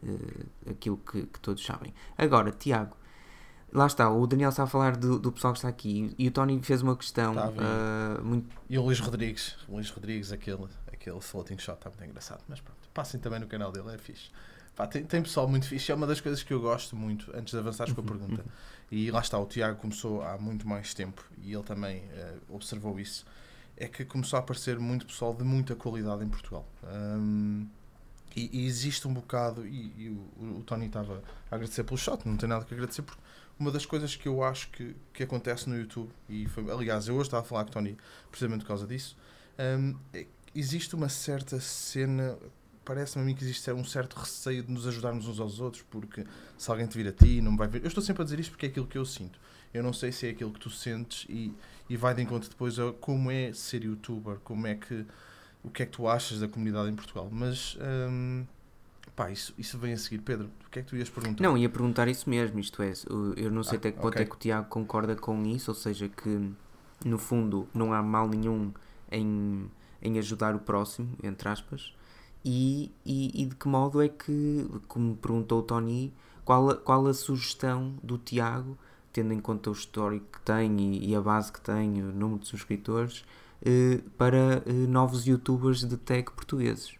uh, aquilo que, que todos sabem. Agora, Tiago, lá está, o Daniel está a falar do, do pessoal que está aqui e o Tony fez uma questão Está a vir. uh, muito... E o Luís Rodrigues, o Luís Rodrigues, aquele, aquele floating shot está muito engraçado, mas pronto, passem também no canal dele, é fixe. Pá, tem, tem pessoal muito fixe, é uma das coisas que eu gosto muito, antes de avançares com a pergunta. E lá está, o Tiago começou há muito mais tempo e ele também uh, observou isso, é que começou a aparecer muito pessoal de muita qualidade em Portugal. Um, e, e existe um bocado, e, e o, o Tony estava a agradecer pelo shot, não tem nada que agradecer, porque uma das coisas que eu acho que, que acontece no YouTube, e foi, aliás, eu hoje estava a falar com o Tony precisamente por causa disso, um, é, existe uma certa cena, parece-me a mim que existe um certo receio de nos ajudarmos uns aos outros, porque se alguém te vir a ti, não me vai ver. Eu estou sempre a dizer isto porque é aquilo que eu sinto. Eu não sei se é aquilo que tu sentes e, e vai de encontro depois a como é ser youtuber, como é que, o que é que tu achas da comunidade em Portugal. Mas... Um, pá, isso, isso vem a seguir. Pedro, o que é que tu ias perguntar? Não, ia perguntar isso mesmo, isto é, eu não sei Ah, até que ponto ok. é que o Tiago concorda com isso, ou seja, que no fundo não há mal nenhum em, em ajudar o próximo, entre aspas, e, e, e de que modo é que, como perguntou o Tony, qual a, qual a sugestão do Tiago, tendo em conta o histórico que tem e, e a base que tem, o número de subscritores, eh, para eh, novos youtubers de tech portugueses?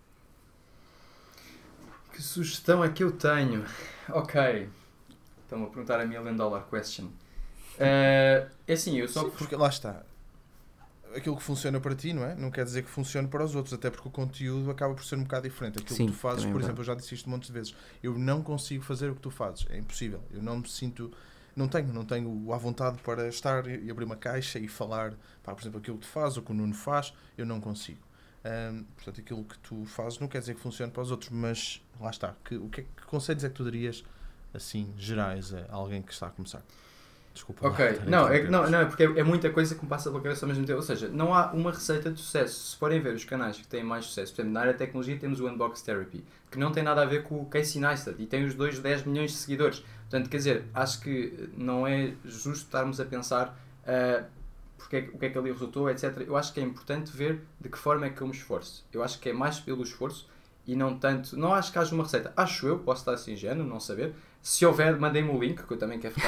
Que sugestão é que eu tenho? Ok. Estão-me a perguntar a million dollar question. Uh, é assim, eu só... Sim, porque lá está. Aquilo que funciona para ti, não é? Não quer dizer que funcione para os outros, até porque o conteúdo acaba por ser um bocado diferente. Aquilo Sim, que tu fazes, também é por verdade. exemplo, eu já disse isto montes de vezes. Eu não consigo fazer o que tu fazes. É impossível. Eu não me sinto... Não tenho, não tenho a vontade para estar e abrir uma caixa e falar, pá, por exemplo, aquilo que tu fazes, ou que o Nuno faz, eu não consigo. Um, portanto, aquilo que tu fazes não quer dizer que funcione para os outros, mas lá está. Que, o que, é, que conselhos é que tu darias, assim, gerais, a alguém que está a começar? Desculpa. Ok, lá, não, é, interromper, não, mas- não, é porque é, é muita coisa que me passa pela cabeça ao mesmo tempo. Ou seja, não há uma receita de sucesso. Se forem ver os canais que têm mais sucesso, por exemplo, na área de tecnologia temos o Unbox Therapy, que não tem nada a ver com o Casey Neistat e tem os dois dez milhões de seguidores. Portanto, quer dizer, acho que não é justo estarmos a pensar uh, porque é, que- o que é que ali resultou, etcétera. Eu acho que é importante ver de que forma é que eu me esforço. Eu acho que é mais pelo esforço e não tanto... Não acho que haja uma receita. Acho eu, posso estar assim ingênuo, não saber. Se houver, mandem-me o link, que eu também quero ficar...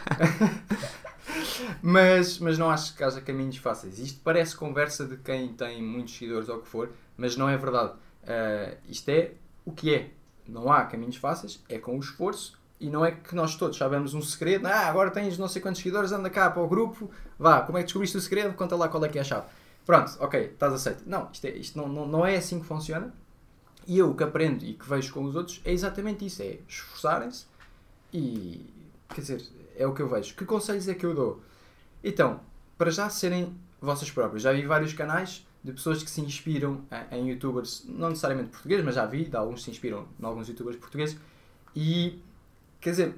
mas, mas não acho que haja caminhos fáceis. Isto parece conversa de quem tem muitos seguidores ou o que for, mas não é verdade. Uh, isto é o que é. Não há caminhos fáceis, é com o esforço. E não é que nós todos sabemos um segredo. Ah, agora tens não sei quantos seguidores, anda cá para o grupo. Vá, como é que descobriste o segredo? Conta lá qual é que é a chave. Pronto, ok, estás aceito. Não, isto, é, isto não, não, não é assim que funciona. E eu o que aprendo e que vejo com os outros é exatamente isso. É esforçarem-se e... Quer dizer, é o que eu vejo. Que conselhos é que eu dou? Então, para já serem vossas próprias. Já vi vários canais de pessoas que se inspiram em, em youtubers, não necessariamente portugueses, mas já vi, de alguns se inspiram em alguns youtubers portugueses. E... Quer dizer,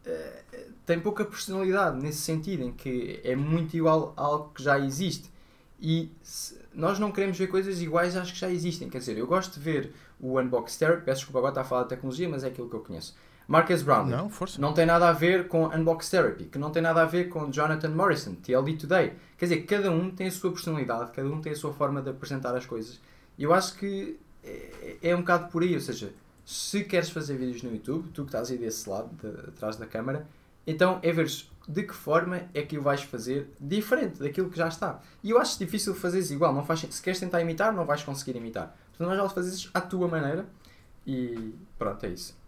tem pouca personalidade nesse sentido, em que é muito igual a algo que já existe. e se, nós não queremos ver coisas iguais às que já existem. Quer dizer, eu gosto de ver o Unbox Therapy, peço desculpa agora estar a falar de tecnologia, mas é aquilo que eu conheço. Marcus Brownlee, Não, força. não tem nada a ver com Unbox Therapy, que não tem nada a ver com Jonathan Morrison, T L D Today. Quer dizer, cada um tem a sua personalidade, cada um tem a sua forma de apresentar as coisas. E eu acho que é, é um bocado por aí, ou seja, se queres fazer vídeos no YouTube, tu que estás aí desse lado, de, atrás da câmara, então é veres de que forma é que o vais fazer diferente daquilo que já está. E eu acho difícil fazeres igual, não faz, se queres tentar imitar, não vais conseguir imitar. Portanto, nós já fazes à tua maneira e pronto, é isso.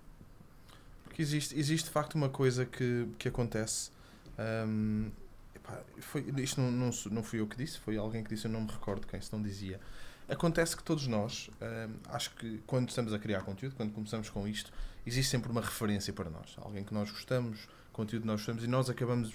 Porque existe, existe de facto uma coisa que, que acontece. Um, epá, foi, isto não, não, não fui eu que disse, foi alguém que disse, eu não me recordo quem, se não dizia. Acontece que todos nós, um, acho que quando estamos a criar conteúdo, quando começamos com isto, existe sempre uma referência para nós. Alguém que nós gostamos, conteúdo que nós gostamos, e nós acabamos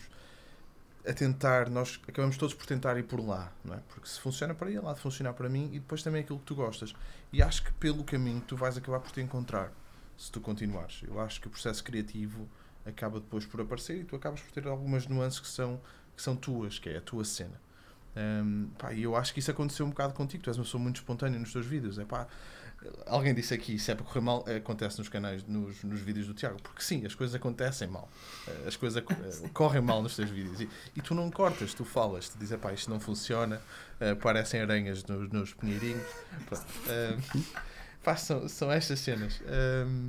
a tentar, nós acabamos todos por tentar ir por lá, não é? Porque se funciona para ele, há de funcionar para mim, e depois também aquilo que tu gostas. E acho que pelo caminho tu vais acabar por te encontrar, se tu continuares. Eu acho que o processo criativo acaba depois por aparecer e tu acabas por ter algumas nuances que são, que são tuas, que é a tua cena. Um, pá, e eu acho que isso aconteceu um bocado contigo. Tu és uma pessoa muito espontânea nos teus vídeos. É, pá, alguém disse aqui, se é para correr mal, acontece nos canais, nos, nos vídeos do Tiago. Porque sim, as coisas acontecem mal. As coisas uh, correm mal nos teus vídeos. E, e tu não cortas, tu falas. Tu dizes, pá, isto não funciona. Uh, parecem aranhas nos, nos pinheirinhos. Uh, pá, são, são estas cenas. Um,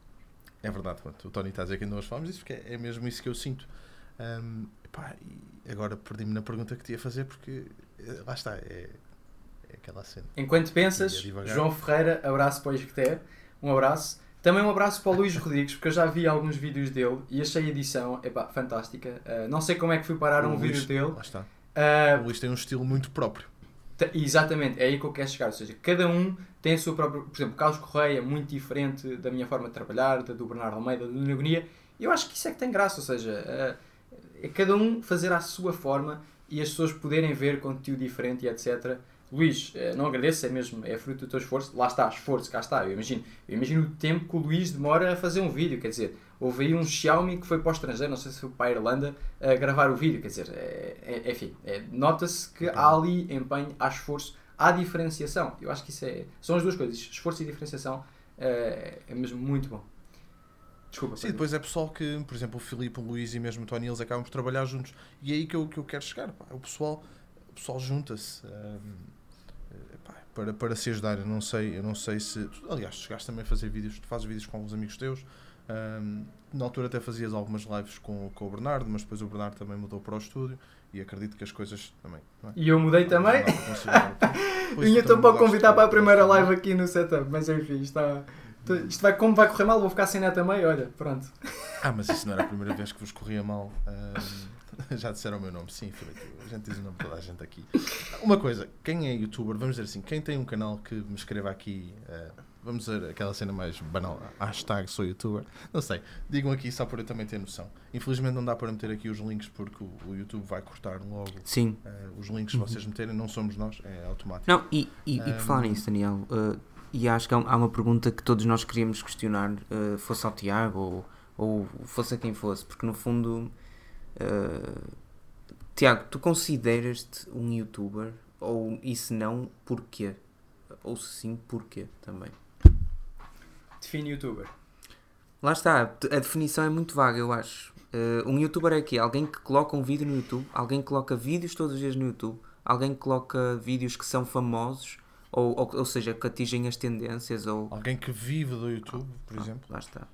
é verdade, pronto, o Tony está a dizer que ainda hoje falamos disso, porque é, é mesmo isso que eu sinto. Um, pá, e agora perdi-me na pergunta que te ia fazer, porque lá está, é, é aquela cena. Enquanto pensas, João Ferreira, abraço para o Isqueté, um abraço. Também um abraço para o Luís Rodrigues, porque eu já vi alguns vídeos dele e achei a edição epá, fantástica. Uh, não sei como é que fui parar o um Luís, vídeo dele. Lá está. Uh, o Luís tem um estilo muito próprio. T- exatamente, é aí que eu quero chegar. Ou seja, cada um tem a sua própria... Por exemplo, o Carlos Correia é muito diferente da minha forma de trabalhar, da do Bernardo Almeida, da do Negonia. E eu acho que isso é que tem graça. Ou seja, uh, é cada um fazer à sua forma e as pessoas poderem ver conteúdo diferente e etcétera. Luís, não agradeço, é mesmo, é fruto do teu esforço. Lá está, esforço, cá está. Eu imagino, eu imagino o tempo que o Luís demora a fazer um vídeo. Quer dizer, houve aí um Xiaomi que foi para o estrangeiro, não sei se foi para a Irlanda, a gravar o vídeo. Quer dizer, é, é, enfim, é, nota-se que há ali empenho, há esforço, há diferenciação. Eu acho que isso é, são as duas coisas, esforço e diferenciação, é, é mesmo muito bom. Desculpa. Sim, depois é pessoal que, por exemplo, o Filipe, o Luís e mesmo o Tony, eles acabam por trabalhar juntos. E é aí que eu, que eu quero chegar. Pá. O pessoal, o pessoal junta-se um, pá, para, para se ajudar. Eu não sei, eu não sei se... Aliás, tu chegaste também a fazer vídeos, tu fazes vídeos com alguns amigos teus. Um, na altura até fazias algumas lives com, com o Bernardo, mas depois o Bernardo também mudou para o estúdio e acredito que as coisas também... Não é? E eu mudei também. Vinha então para convidar para a primeira live aqui no setup, mas enfim, está... Isto vai, como vai correr mal, vou ficar sem net também, olha, pronto. Ah, mas isso não era a primeira vez que vos corria mal. Um, já disseram o meu nome, sim, Filipe, a gente diz o nome de toda a gente aqui. Uma coisa, quem é youtuber, vamos dizer assim, quem tem um canal que me escreva aqui, uh, vamos dizer aquela cena mais banal, hashtag sou youtuber, não sei, digam aqui só para eu também ter noção. Infelizmente não dá para meter aqui os links porque o, o YouTube vai cortar logo. Sim. Uh, os links, se vocês meterem, não somos nós, é automático. Não, e, e, um, e por falar nisso, Daniel... Uh, E acho que há uma pergunta que todos nós queríamos questionar, uh, fosse ao Tiago ou, ou fosse a quem fosse, porque no fundo, uh, Tiago, tu consideras-te um youtuber? Ou e se não, porquê? Ou se sim, porquê também? Define youtuber. Lá está, a definição é muito vaga, eu acho. Uh, um youtuber é quê? Alguém que coloca um vídeo no YouTube, alguém que coloca vídeos todos os dias no YouTube, alguém que coloca vídeos que são famosos, Ou, ou, ou seja, que atingem as tendências ou... Alguém que vive do YouTube, por ah, exemplo. Lá está.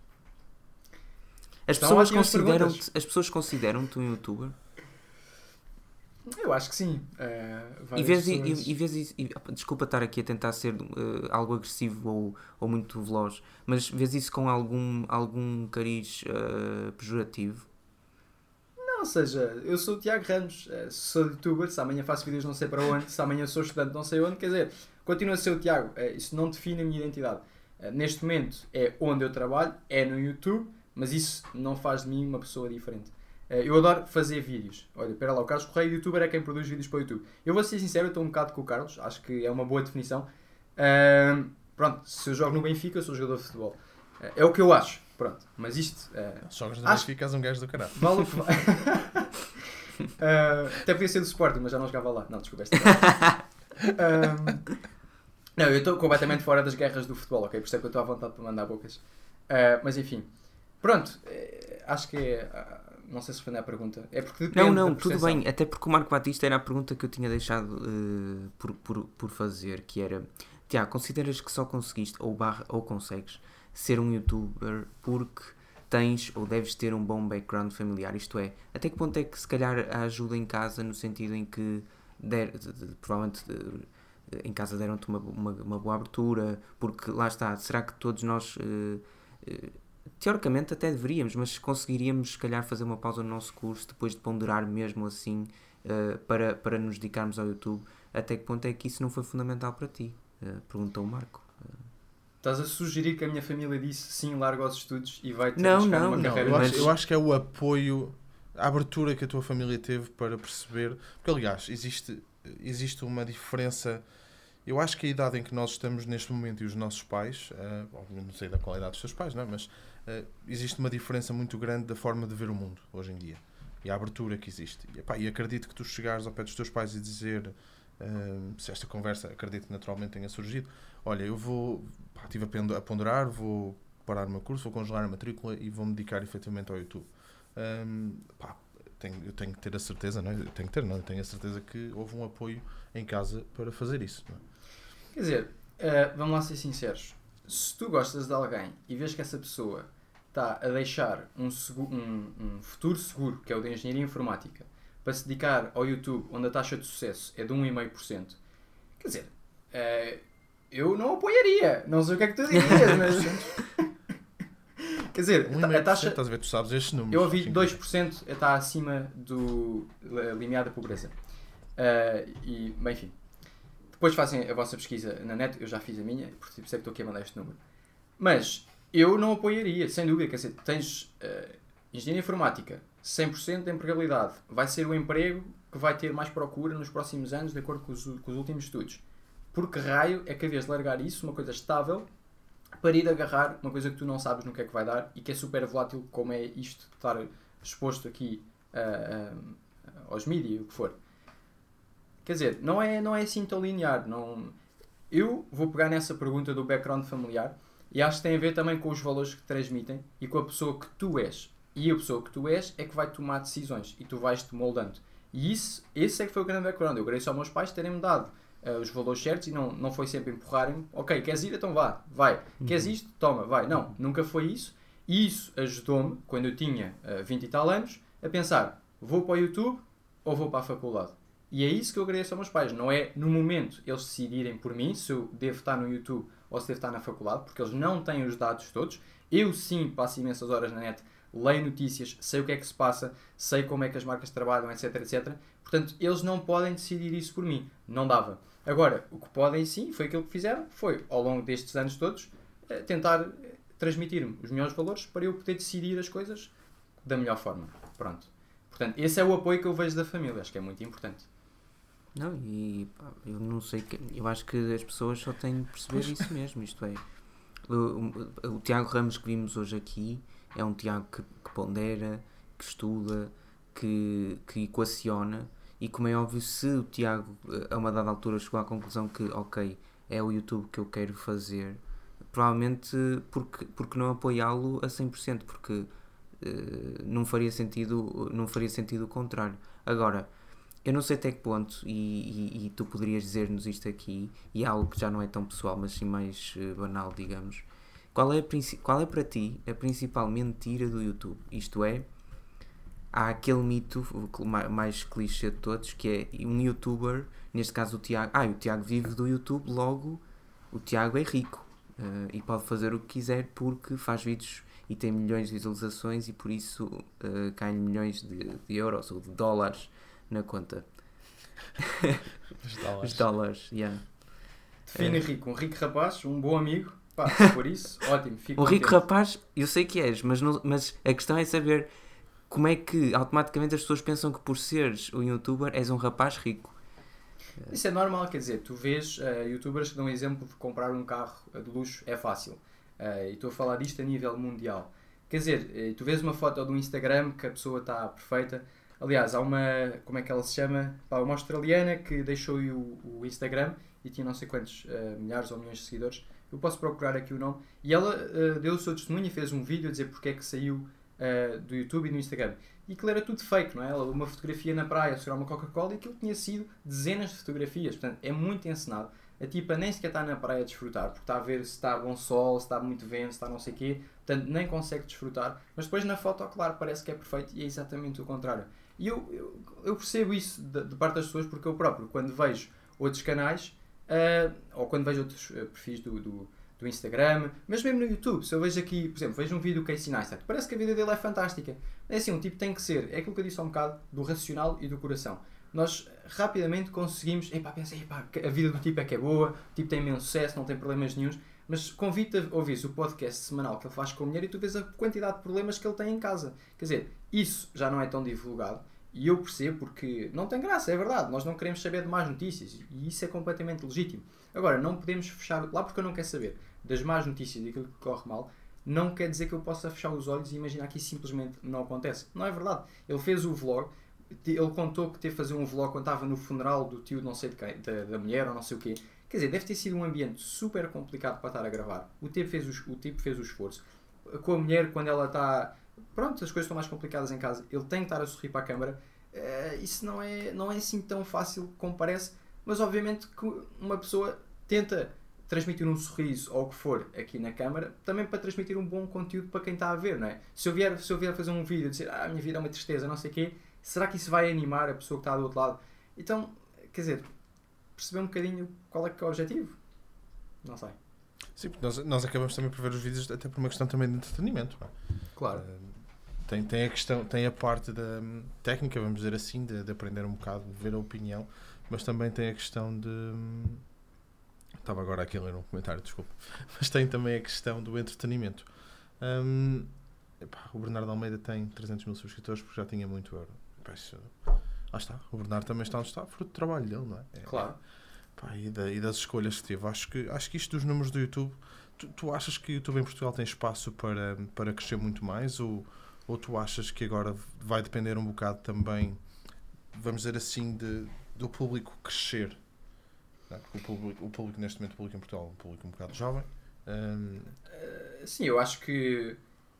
As pessoas consideram-te, as pessoas consideram-te um youtuber? Eu acho que sim. Uh, e vês, pessoas... e, e vês, e, desculpa estar aqui a tentar ser uh, algo agressivo ou, ou muito veloz, mas vês isso com algum, algum cariz uh, pejorativo? Não, ou seja, eu sou o Tiago Ramos, sou youtuber, se amanhã faço vídeos não sei para onde, se amanhã sou estudante não sei onde, quer dizer, continuo a ser o Tiago, isso não define a minha identidade. Neste momento é onde eu trabalho, é no YouTube, mas isso não faz de mim uma pessoa diferente. Eu adoro fazer vídeos. Olha, espera lá, o Carlos Correia, youtuber, é quem produz vídeos para o YouTube. Eu vou ser sincero, eu estou um bocado com o Carlos, acho que é uma boa definição. Uh, pronto, se eu jogo no Benfica, eu sou jogador de futebol. Uh, é o que eu acho. Pronto, mas isto... Uh, Jogas no Benfica, és um gajo do caralho. Vale o que vale. Uh, até podia ser do Sporting, mas já não jogava lá. Não, desculpa, esta um, Não, eu estou completamente fora das guerras do futebol, ok? Por isso é que eu estou à vontade para mandar bocas. Uh, mas enfim, pronto, eh, acho que é... Uh, não sei se responder à pergunta. É porque depende Não, não, da tudo percepção. bem. Até porque o Marco Batista era a pergunta que eu tinha deixado uh, por, por, por fazer, que era... Tiago, consideras que só conseguiste, ou, barra, ou consegues, ser um youtuber porque tens ou deves ter um bom background familiar? Isto é, até que ponto é que se calhar a ajuda em casa, no sentido em que der, de, de, provavelmente de, em casa deram-te uma, uma, uma boa abertura, porque lá está, será que todos nós... Uh, uh, teoricamente até deveríamos, mas conseguiríamos se calhar fazer uma pausa no nosso curso depois de ponderar mesmo assim uh, para, para nos dedicarmos ao YouTube? Até que ponto é que isso não foi fundamental para ti? Uh, perguntou o Marco. Uh. Estás a sugerir que a minha família disse sim, larga os estudos e vai-te Não, buscar não, uma não, carreira? Eu mas- acho, eu acho que é o apoio, a abertura que a tua família teve para perceber. Porque, aliás, existe, existe uma diferença. Eu acho que a idade em que nós estamos neste momento e os nossos pais, uh, não sei da qualidade dos teus pais, não é? Mas uh, existe uma diferença muito grande da forma de ver o mundo hoje em dia. E a abertura que existe. E, epá, e acredito que tu chegares ao pé dos teus pais e dizer, uh, se esta conversa, acredito que naturalmente tenha surgido, olha, eu vou, pá, estive a pendo- a ponderar, vou parar o meu curso, vou congelar a matrícula e vou-me dedicar efetivamente ao YouTube. Um, pá, tenho, eu tenho que ter a certeza, não é? Eu tenho que ter, não, eu tenho a certeza que houve um apoio em casa para fazer isso. Não é? Quer dizer, uh, vamos lá ser sinceros. Se tu gostas de alguém e vês que essa pessoa está a deixar um, seguro, um, um futuro seguro, que é o de engenharia informática, para se dedicar ao YouTube, onde a taxa de sucesso é de um vírgula cinco por cento, quer dizer, uh, eu não apoiaria. Não sei o que é que tu dirias, mas... Quer dizer, um a taxa... Estás a ver, tu sabes estes números. Eu ouvi Sim. dois por cento está acima do limiar da pobreza. Uh, e, bem, enfim. Depois fazem a vossa pesquisa na net, eu já fiz a minha, por isso é que estou aqui a mandar este número. Mas eu não apoiaria, sem dúvida. Quer dizer, tens uh, engenharia informática, cem por cento de empregabilidade. Vai ser o emprego que vai ter mais procura nos próximos anos, de acordo com os, com os últimos estudos. Por que raio é que, a vez de largar isso, uma coisa estável, para ir agarrar uma coisa que tu não sabes no que é que vai dar e que é super volátil, como é isto de estar exposto aqui uh, uh, aos mídias, o que for. Quer dizer, não é, não é assim tão linear. Não... Eu vou pegar nessa pergunta do background familiar e acho que tem a ver também com os valores que transmitem e com a pessoa que tu és. E a pessoa que tu és é que vai tomar decisões e tu vais-te moldando. E isso, esse é que foi o grande background. Eu agradeço aos meus pais terem-me dado uh, os valores certos e não, não foi sempre empurrarem-me. Ok, queres ir? Então vá, vai. Uhum. Queres isto? Toma, vai. Não, uhum. Nunca foi isso. E isso ajudou-me, quando eu tinha uh, vinte e tal anos, a pensar, vou para o YouTube ou vou para a faculdade? E é isso que eu agradeço aos meus pais. Não é, no momento, eles decidirem por mim se eu devo estar no YouTube ou se devo estar na faculdade, porque eles não têm os dados todos. Eu, sim, passo imensas horas na net, leio notícias, sei o que é que se passa, sei como é que as marcas trabalham, etc, etcétera. Portanto, eles não podem decidir isso por mim. Não dava. Agora, o que podem, sim, foi aquilo que fizeram, foi, ao longo destes anos todos, tentar transmitir-me os melhores valores para eu poder decidir as coisas da melhor forma. Pronto. Portanto, esse é o apoio que eu vejo da família. Acho que é muito importante. Não, e pá, eu não sei, que, eu acho que as pessoas só têm de perceber isso mesmo, isto é, o, o, o Tiago Ramos que vimos hoje aqui é um Tiago que, que pondera, que estuda, que, que equaciona, e como é óbvio, se o Tiago a uma dada altura chegou à conclusão que, ok, é o YouTube que eu quero fazer, provavelmente porque, porque não apoiá-lo a cem por cento, porque uh, não faria sentido, não faria sentido o contrário. Agora, eu não sei até que ponto, e, e, e tu poderias dizer-nos isto aqui, e é algo que já não é tão pessoal, mas sim mais uh, banal, digamos. Qual é, a, qual é para ti a principal mentira do YouTube? Isto é, há aquele mito mais clichê de todos, que é um youtuber, neste caso o Tiago, ah, o Tiago vive do YouTube, logo o Tiago é rico uh, e pode fazer o que quiser porque faz vídeos e tem milhões de visualizações e por isso uh, caem milhões de, de euros ou de dólares na conta. Os dólares. Os dólares, yeah. Define É. rico. Um rico rapaz, um bom amigo. Pá, por isso, ótimo. Fico Um rico contente. rapaz, eu sei que és, mas, não, mas a questão é saber como é que automaticamente as pessoas pensam que por seres um youtuber és um rapaz rico. Isso é normal, quer dizer, tu vês uh, youtubers que dão exemplo de comprar um carro de luxo, é fácil. Uh, e estou a falar disto a nível mundial. Quer dizer, uh, tu vês uma foto do Instagram que a pessoa está perfeita. Aliás, há uma, como é que ela se chama? Pá, uma australiana que deixou o, o Instagram e tinha não sei quantos uh, milhares ou milhões de seguidores. Eu posso procurar aqui o nome. E ela uh, deu o seu testemunho e fez um vídeo a dizer porque é que saiu uh, do YouTube e do Instagram. E aquilo era tudo fake, não é? Ela, uma fotografia na praia a segurar uma Coca-Cola e aquilo tinha sido dezenas de fotografias. Portanto, é muito encenado. A tipa nem sequer está na praia a desfrutar, porque está a ver se está bom sol, se está muito vento, se está não sei o quê. Portanto, nem consegue desfrutar. Mas depois na foto, claro, parece que é perfeito e é exatamente o contrário. E eu, eu, eu percebo isso de, de parte das pessoas porque eu próprio, quando vejo outros canais, uh, ou quando vejo outros uh, perfis do, do, do Instagram, mas mesmo no YouTube, se eu vejo aqui, por exemplo, vejo um vídeo do Casey Neistat, parece que a vida dele é fantástica. É assim, um tipo tem que ser, é aquilo que eu disse há um bocado, do racional e do coração. Nós rapidamente conseguimos, epá, pensei, epá, a vida do tipo é que é boa, o tipo tem imenso sucesso, não tem problemas nenhuns, mas convido-te a ouvir o podcast semanal que ele faz com a mulher e tu vês a quantidade de problemas que ele tem em casa. Quer dizer, isso já não é tão divulgado e eu percebo porque não tem graça, é verdade, nós não queremos saber de más notícias e isso é completamente legítimo. Agora, não podemos fechar, lá porque eu não quero saber das más notícias e daquilo que corre mal, não quer dizer que eu possa fechar os olhos e imaginar que isso simplesmente não acontece. Não é verdade. Ele fez o vlog, ele contou que teve a fazer um vlog quando estava no funeral do tio não sei de quem, da, da mulher ou não sei o quê. Quer dizer, deve ter sido um ambiente super complicado para estar a gravar. O tipo fez o, o, tipo fez o esforço. Com a mulher, quando ela está... Pronto, as coisas estão mais complicadas em casa. Ele tem que estar a sorrir para a câmara. Uh, isso não é, não é assim tão fácil como parece. Mas obviamente que uma pessoa tenta transmitir um sorriso ou o que for aqui na câmara, também para transmitir um bom conteúdo para quem está a ver, não é? Se eu vier, se eu vier fazer um vídeo e dizer ah, a minha vida é uma tristeza, não sei o quê, será que isso vai animar a pessoa que está do outro lado? Então, quer dizer, perceber um bocadinho qual é que é o objetivo? Não sei. Sim, porque nós, nós acabamos também por ver os vídeos até por uma questão também de entretenimento. Não é? Claro. Uh, tem, tem, a questão, tem a parte da um, técnica, vamos dizer assim, de, de aprender um bocado, de ver a opinião, mas também tem a questão de... Um, estava agora aqui a ler um comentário, desculpa. Mas tem também a questão do entretenimento. Um, epá, o Bernardo Almeida tem trezentos mil subscritores porque já tinha muito euro. Epá, isso, lá está. O Bernardo também está onde está, fruto do trabalho dele, não é? é claro. Epá, e, da, e das escolhas que teve. Acho que, acho que isto dos números do YouTube... Tu, tu achas que o YouTube em Portugal tem espaço para, para crescer muito mais? Ou, ou tu achas que agora vai depender um bocado também, vamos dizer assim, de, do público crescer? Porque o público, o público neste momento, o público em Portugal é um público um bocado jovem. Um... Uh, sim, eu acho que...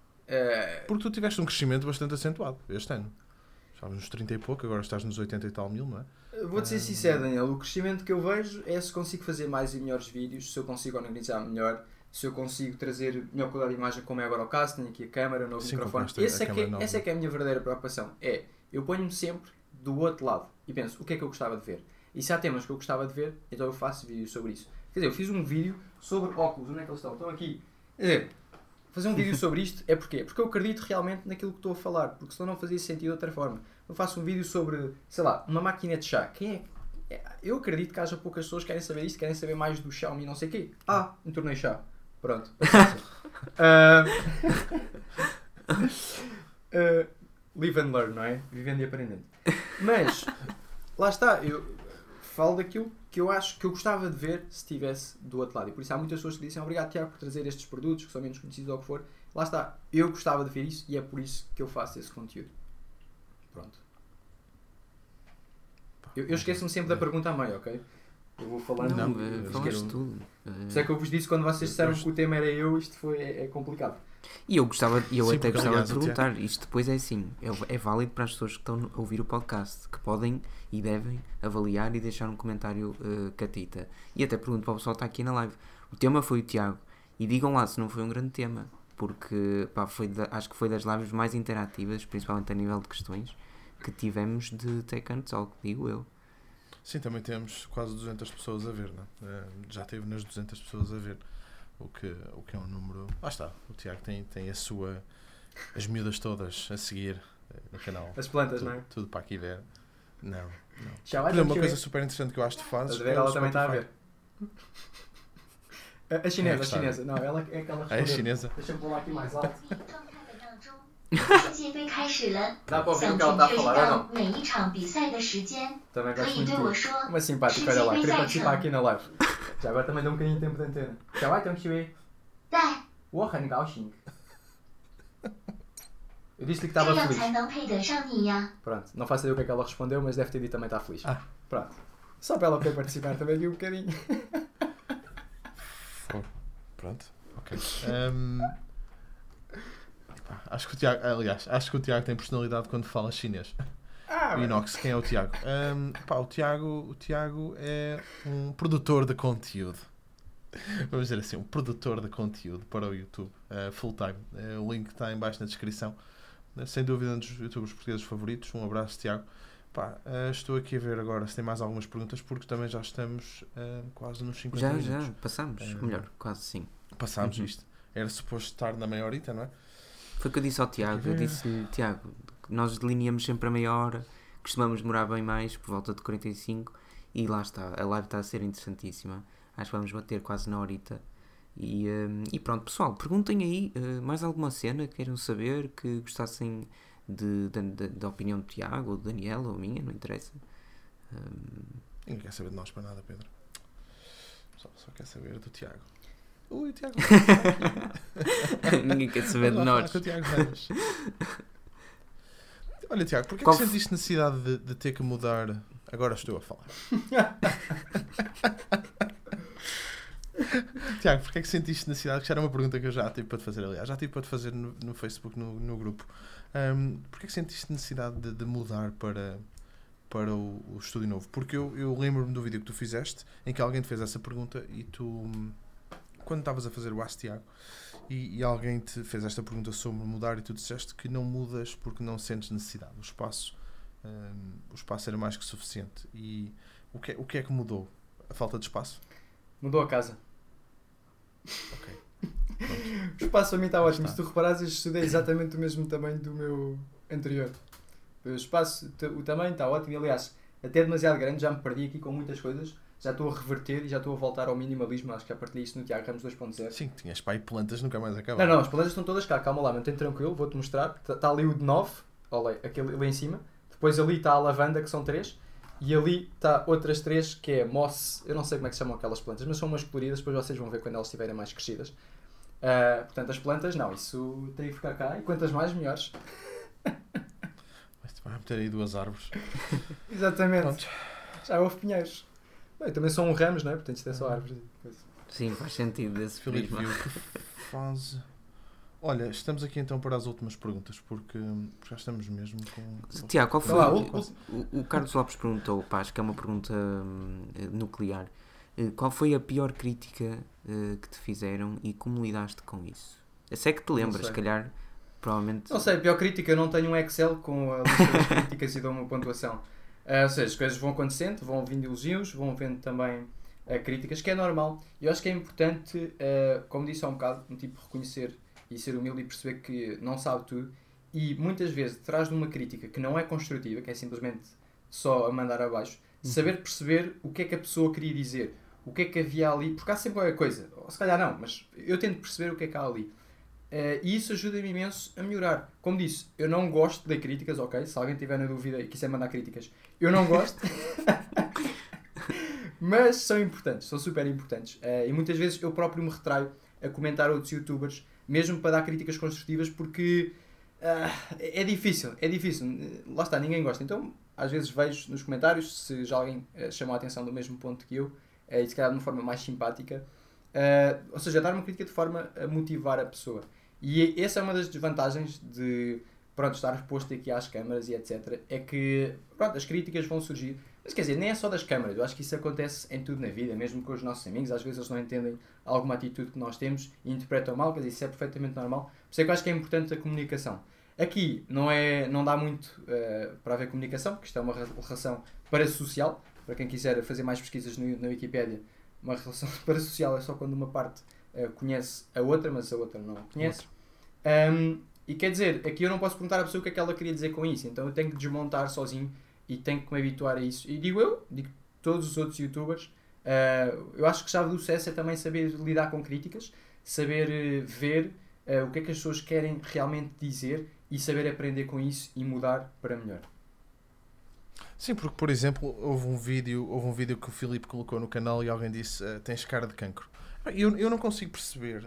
Uh... Porque tu tiveste um crescimento bastante acentuado este ano. Estavas nos trinta e pouco, agora estás nos oitenta e tal mil, não é? Vou-te ser sincero, Daniel. O crescimento que eu vejo é se consigo fazer mais e melhores vídeos, se eu consigo organizar melhor, se eu consigo trazer melhor qualidade de imagem, como é agora o caso, tenho aqui a câmera, o novo Sim, microfone. Esse é que é, essa é que é a minha verdadeira preocupação. É, eu ponho-me sempre do outro lado e penso, o que é que eu gostava de ver? E se há temas que eu gostava de ver, então eu faço vídeos sobre isso. Quer dizer, eu fiz um vídeo sobre óculos. Onde é que eles estão? Estão aqui. Quer dizer, fazer um vídeo sobre isto é porquê? Porque eu acredito realmente naquilo que estou a falar. Porque senão não fazia sentido de outra forma. Eu faço um vídeo sobre, sei lá, uma máquina de chá. Quem é? Eu acredito que haja poucas pessoas que querem saber isto, querem saber mais do Xiaomi não sei o quê. Ah, um torneio chá. Pronto. uh... uh, live and learn, não é? Vivendo e aprendendo. Mas, lá está. Eu... falo daquilo que eu acho que eu gostava de ver se estivesse do outro lado. E por isso há muitas pessoas que dizem obrigado, Tiago, por trazer estes produtos que são menos conhecidos ou o que for. Lá está. Eu gostava de ver isso e é por isso que eu faço esse conteúdo. Pronto. Eu, eu esqueço-me sempre da pergunta a meio, ok? Eu vou falando. Não, eu falaste tudo. Por isso é que eu vos disse quando vocês disseram que o tema era eu, isto foi, é, é complicado. E eu gostava, eu Sim, até gostava aliás, de perguntar, isto depois é assim, é, é válido para as pessoas que estão a ouvir o podcast, que podem e devem avaliar e deixar um comentário uh, catita. E até pergunto para o pessoal que está aqui na live. O tema foi o Tiago, e digam lá se não foi um grande tema, porque pá, foi da, acho que foi das lives mais interativas, principalmente a nível de questões, que tivemos de Tech and Talk, digo eu. Sim, também temos quase duzentas pessoas a ver, não é? Já teve nas duzentas pessoas a ver. O que, o que é um número... Lá está, o Tiago tem, tem a sua... As miúdas todas a seguir no canal. As plantas, tudo, não é? Tudo para aqui ver. Não, não. Já vai Por exemplo, uma ver. coisa super interessante que eu acho que tu fazes... A ver, ela também está a ver. A, a chinesa, é a chinesa. Não, ela é aquela Ah, é chinesa? Deixa-me pular aqui mais alto. 世界杯开始了， Dá para ouvir 想 o que ela 准 está a 确知 falar ou 道 não? 每一场比赛的时间， Também 可 gosto 以 muito 对 de 我 ti. 说 Uma simpática, olha lá. Queria participar aqui na live. Já agora também dá um bocadinho de tempo de antena. Já vai, então, Chibi. 在。 我很高兴. Eu disse-lhe que 这 estava 样 feliz. 才能配得上你呀。 Pronto, não faço ideia o que é que ela respondeu, mas deve ter dito também está feliz. Ah. Pronto. Só para ela poder participar também aqui um bocadinho. Pronto, ok. Um, pá, acho que o Tiago, aliás, acho que o Tiago tem personalidade quando fala chinês. Ah, O Inox, quem é o Tiago? Um, pá, o Tiago? O Tiago é um produtor de conteúdo. Vamos dizer assim, um produtor de conteúdo para o YouTube, uh, full time. Uh, o link está em baixo na descrição. Uh, sem dúvida, um dos youtubers portugueses favoritos. Um abraço, Tiago. Pá, uh, estou aqui a ver agora se tem mais algumas perguntas, porque também já estamos uh, quase nos cinquenta Já, minutos. já, passamos. É. Ou melhor, quase sim. Passámos Uhum. isto. Era suposto estar na meia horita, não é? Foi o que eu disse ao Tiago. Eu disse-lhe, Tiago, nós delineamos sempre a meia hora, costumamos demorar bem mais, por volta de quarenta e cinco, e lá está. A live está a ser interessantíssima. Acho que vamos bater quase na horita. E, um, e pronto, pessoal, perguntem aí uh, mais alguma cena que queiram saber, que gostassem de, de, de, da opinião do Tiago, ou do Daniel, ou minha, não interessa. Um... Ninguém quer saber de nós para nada, Pedro. Só, só quer saber do Tiago. Ui, o Tiago. Ninguém quer saber de nós. Com o Tiago Reis. Olha, Tiago, porquê Qual que f- sentiste necessidade de, de ter que mudar? Agora estou a falar. Tiago, porquê que sentiste necessidade? Que já era uma pergunta que eu já tive para te fazer, aliás. Já tive para te fazer no, no Facebook, no, no grupo. Um, porquê que sentiste necessidade de, de mudar para, para o, o estúdio novo? Porque eu, eu lembro-me do vídeo que tu fizeste, em que alguém te fez essa pergunta e tu, quando estavas a fazer o Ask Tiago, e, e alguém te fez esta pergunta sobre mudar e tu disseste que não mudas porque não sentes necessidade. O espaço, um, o espaço era mais que suficiente. E o que, é- o que é que mudou? A falta de espaço? Mudou a casa. Ok. O espaço para mim está ótimo. Está. Se tu reparares, este estúdio é exatamente o mesmo tamanho do meu anterior. O espaço, o tamanho está ótimo. E, aliás, até demasiado grande. Já me perdi aqui com muitas coisas. Já estou a reverter e já estou a voltar ao minimalismo. Acho que já partilhei isto no Tiago Ramos dois ponto zero. Sim, tinhas pá e plantas, nunca mais acabam. Não, não, as plantas estão todas cá. Calma lá, mantém tranquilo. Vou-te mostrar. Está ali o de nove. Olha, aquele ali em cima. Depois ali está a lavanda, que são três. E ali está outras três, que é moss. Eu não sei como é que se chamam aquelas plantas, mas são umas coloridas. Depois vocês vão ver quando elas estiverem mais crescidas. Uh, portanto, as plantas, não. Isso tem que ficar cá. E quantas mais, melhores. Vai meter aí duas árvores. Exatamente. Pronto. Já houve pinheiros. Bem, também são ramos, não é? Portanto, isto é só árvores. Sim, faz sentido desse Filipe prisma. viu que faz. Olha, estamos aqui então para as últimas perguntas, porque, porque já estamos mesmo com. Tiago, qual foi? Vá lá, o, o- o, o Carlos Lopes perguntou, pá, acho que é uma pergunta hum, nuclear. Eh, Qual foi a pior crítica eh, que te fizeram e como lidaste com isso? Eu sei que te lembras, sei. se calhar, provavelmente. Não sei, pior crítica, eu não tenho um Excel com a lista das críticas e dou uma pontuação. Ah, ou seja, as coisas vão acontecendo, vão vindo elogios, vão vendo também ah, críticas, que é normal. Eu acho que é importante, ah, como disse há um bocado, um tipo reconhecer e ser humilde e perceber que não sabe tudo. E muitas vezes, atrás de uma crítica que não é construtiva, que é simplesmente só a mandar abaixo, saber perceber o que é que a pessoa queria dizer, o que é que havia ali, porque há sempre qualquer coisa, ou se calhar não, mas eu tento perceber o que é que há ali. Uh, e isso ajuda-me imenso a melhorar. Como disse, eu não gosto de críticas, ok? Se alguém tiver na dúvida e quiser mandar críticas, eu não gosto. Mas são importantes, são super importantes. Uh, e muitas vezes eu próprio me retraio a comentar outros youtubers, mesmo para dar críticas construtivas, porque uh, é difícil, é difícil. Lá está, ninguém gosta. Então, às vezes vejo nos comentários, se já alguém uh, chamou a atenção do mesmo ponto que eu, uh, e se calhar de uma forma mais simpática, uh, ou seja, dar uma crítica de forma a motivar a pessoa. E essa é uma das desvantagens de, pronto, estar exposto aqui às câmaras e etcétera. É que, pronto, as críticas vão surgir. Mas quer dizer, nem é só das câmaras. Eu acho que isso acontece em tudo na vida, mesmo com os nossos amigos. Às vezes eles não entendem alguma atitude que nós temos e interpretam mal, quer dizer, isso é perfeitamente normal. Por isso é que eu acho que é importante a comunicação. Aqui não, é, não dá muito uh, para haver comunicação, porque isto é uma relação parasocial. Para quem quiser fazer mais pesquisas no, na Wikipédia, uma relação parasocial é só quando uma parte uh, conhece a outra, mas a outra não a conhece. Um, e quer dizer, aqui eu não posso perguntar à pessoa o que é que ela queria dizer com isso, então eu tenho que desmontar sozinho e tenho que me habituar a isso. E digo eu, digo todos os outros youtubers, uh, eu acho que a chave do sucesso é também saber lidar com críticas, saber uh, ver uh, o que é que as pessoas querem realmente dizer e saber aprender com isso e mudar para melhor. Sim, porque, por exemplo, houve um vídeo, houve um vídeo que o Filipe colocou no canal e alguém disse uh, tens cara de cancro. Eu, eu não consigo perceber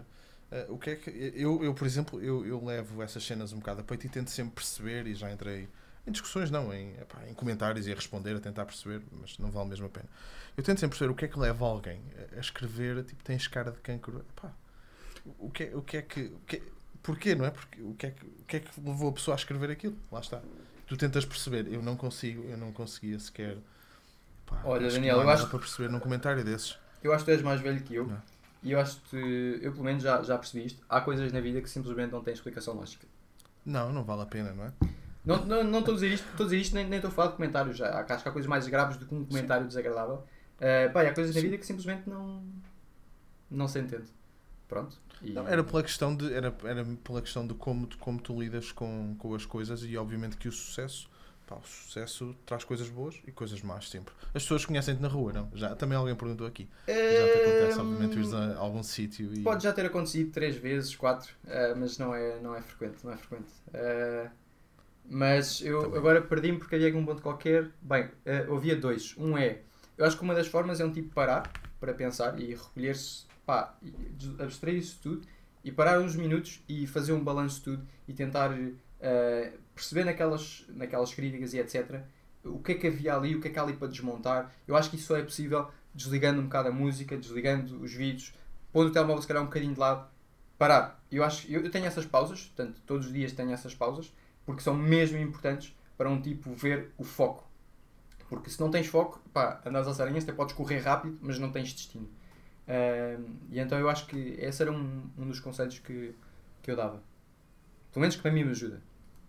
Uh, o que é que eu, eu por exemplo, eu, eu levo essas cenas um bocado a peito e tento sempre perceber, e já entrei em discussões, não, em, epá, em comentários e a responder, a tentar perceber, mas não vale mesmo a pena. Eu tento sempre perceber o que é que leva alguém a, a escrever, tipo, tens cara de cancro. Epá, o, que é, o que é que... O que é, porquê, não é? Porque, o, que é que, o que é que levou a pessoa a escrever aquilo? Lá está. Tu tentas perceber. Eu não consigo, eu não conseguia sequer... Pá, Olha, acho Daniel, que não há eu nada acho- para perceber num comentário desses. Eu acho que tu és mais velho que eu. Não. E eu acho que, eu pelo menos já, já percebi isto. Há coisas na vida que simplesmente não têm explicação lógica. Não, não vale a pena, não é? Não estou não, estou a dizer isto, estou a dizer isto nem nem estou a falar de comentários. Já. Acho que há coisas mais graves do que um comentário desagradável. Uh, pá, e há coisas na Sim. vida que simplesmente não, não se entende. Pronto. E- Não, era pela questão de era, era pela questão de como, de como tu lidas com, com as coisas, e obviamente que o sucesso, pá, o sucesso traz coisas boas e coisas más sempre. As pessoas conhecem-te na rua, não? Já, também alguém perguntou aqui. Já te acontece, obviamente, ires a algum sítio e... Pode já ter acontecido três vezes, quatro, uh, mas não é, não é frequente, não é frequente. Uh, mas eu Também. agora perdi-me porque havia um ponto qualquer. Bem, uh, havia dois. Um é, eu acho que uma das formas é um tipo parar para pensar e recolher-se, pá, e des- abstrair-se de tudo e parar uns minutos e fazer um balanço de tudo e tentar uh, perceber naquelas, naquelas críticas e etcétera o que é que havia ali, o que é que há ali para desmontar. Eu acho que isso só é possível desligando um bocado a música, desligando os vídeos, pondo o telemóvel se calhar um bocadinho de lado, parar. Eu acho eu, eu tenho essas pausas, portanto, todos os dias tenho essas pausas, porque são mesmo importantes para um tipo ver o foco. Porque se não tens foco, pá, andas às aranhas, até podes correr rápido, mas não tens destino. Ahm, e então eu acho que esse era um, um dos conselhos que, que eu dava. Pelo menos que para mim me ajuda.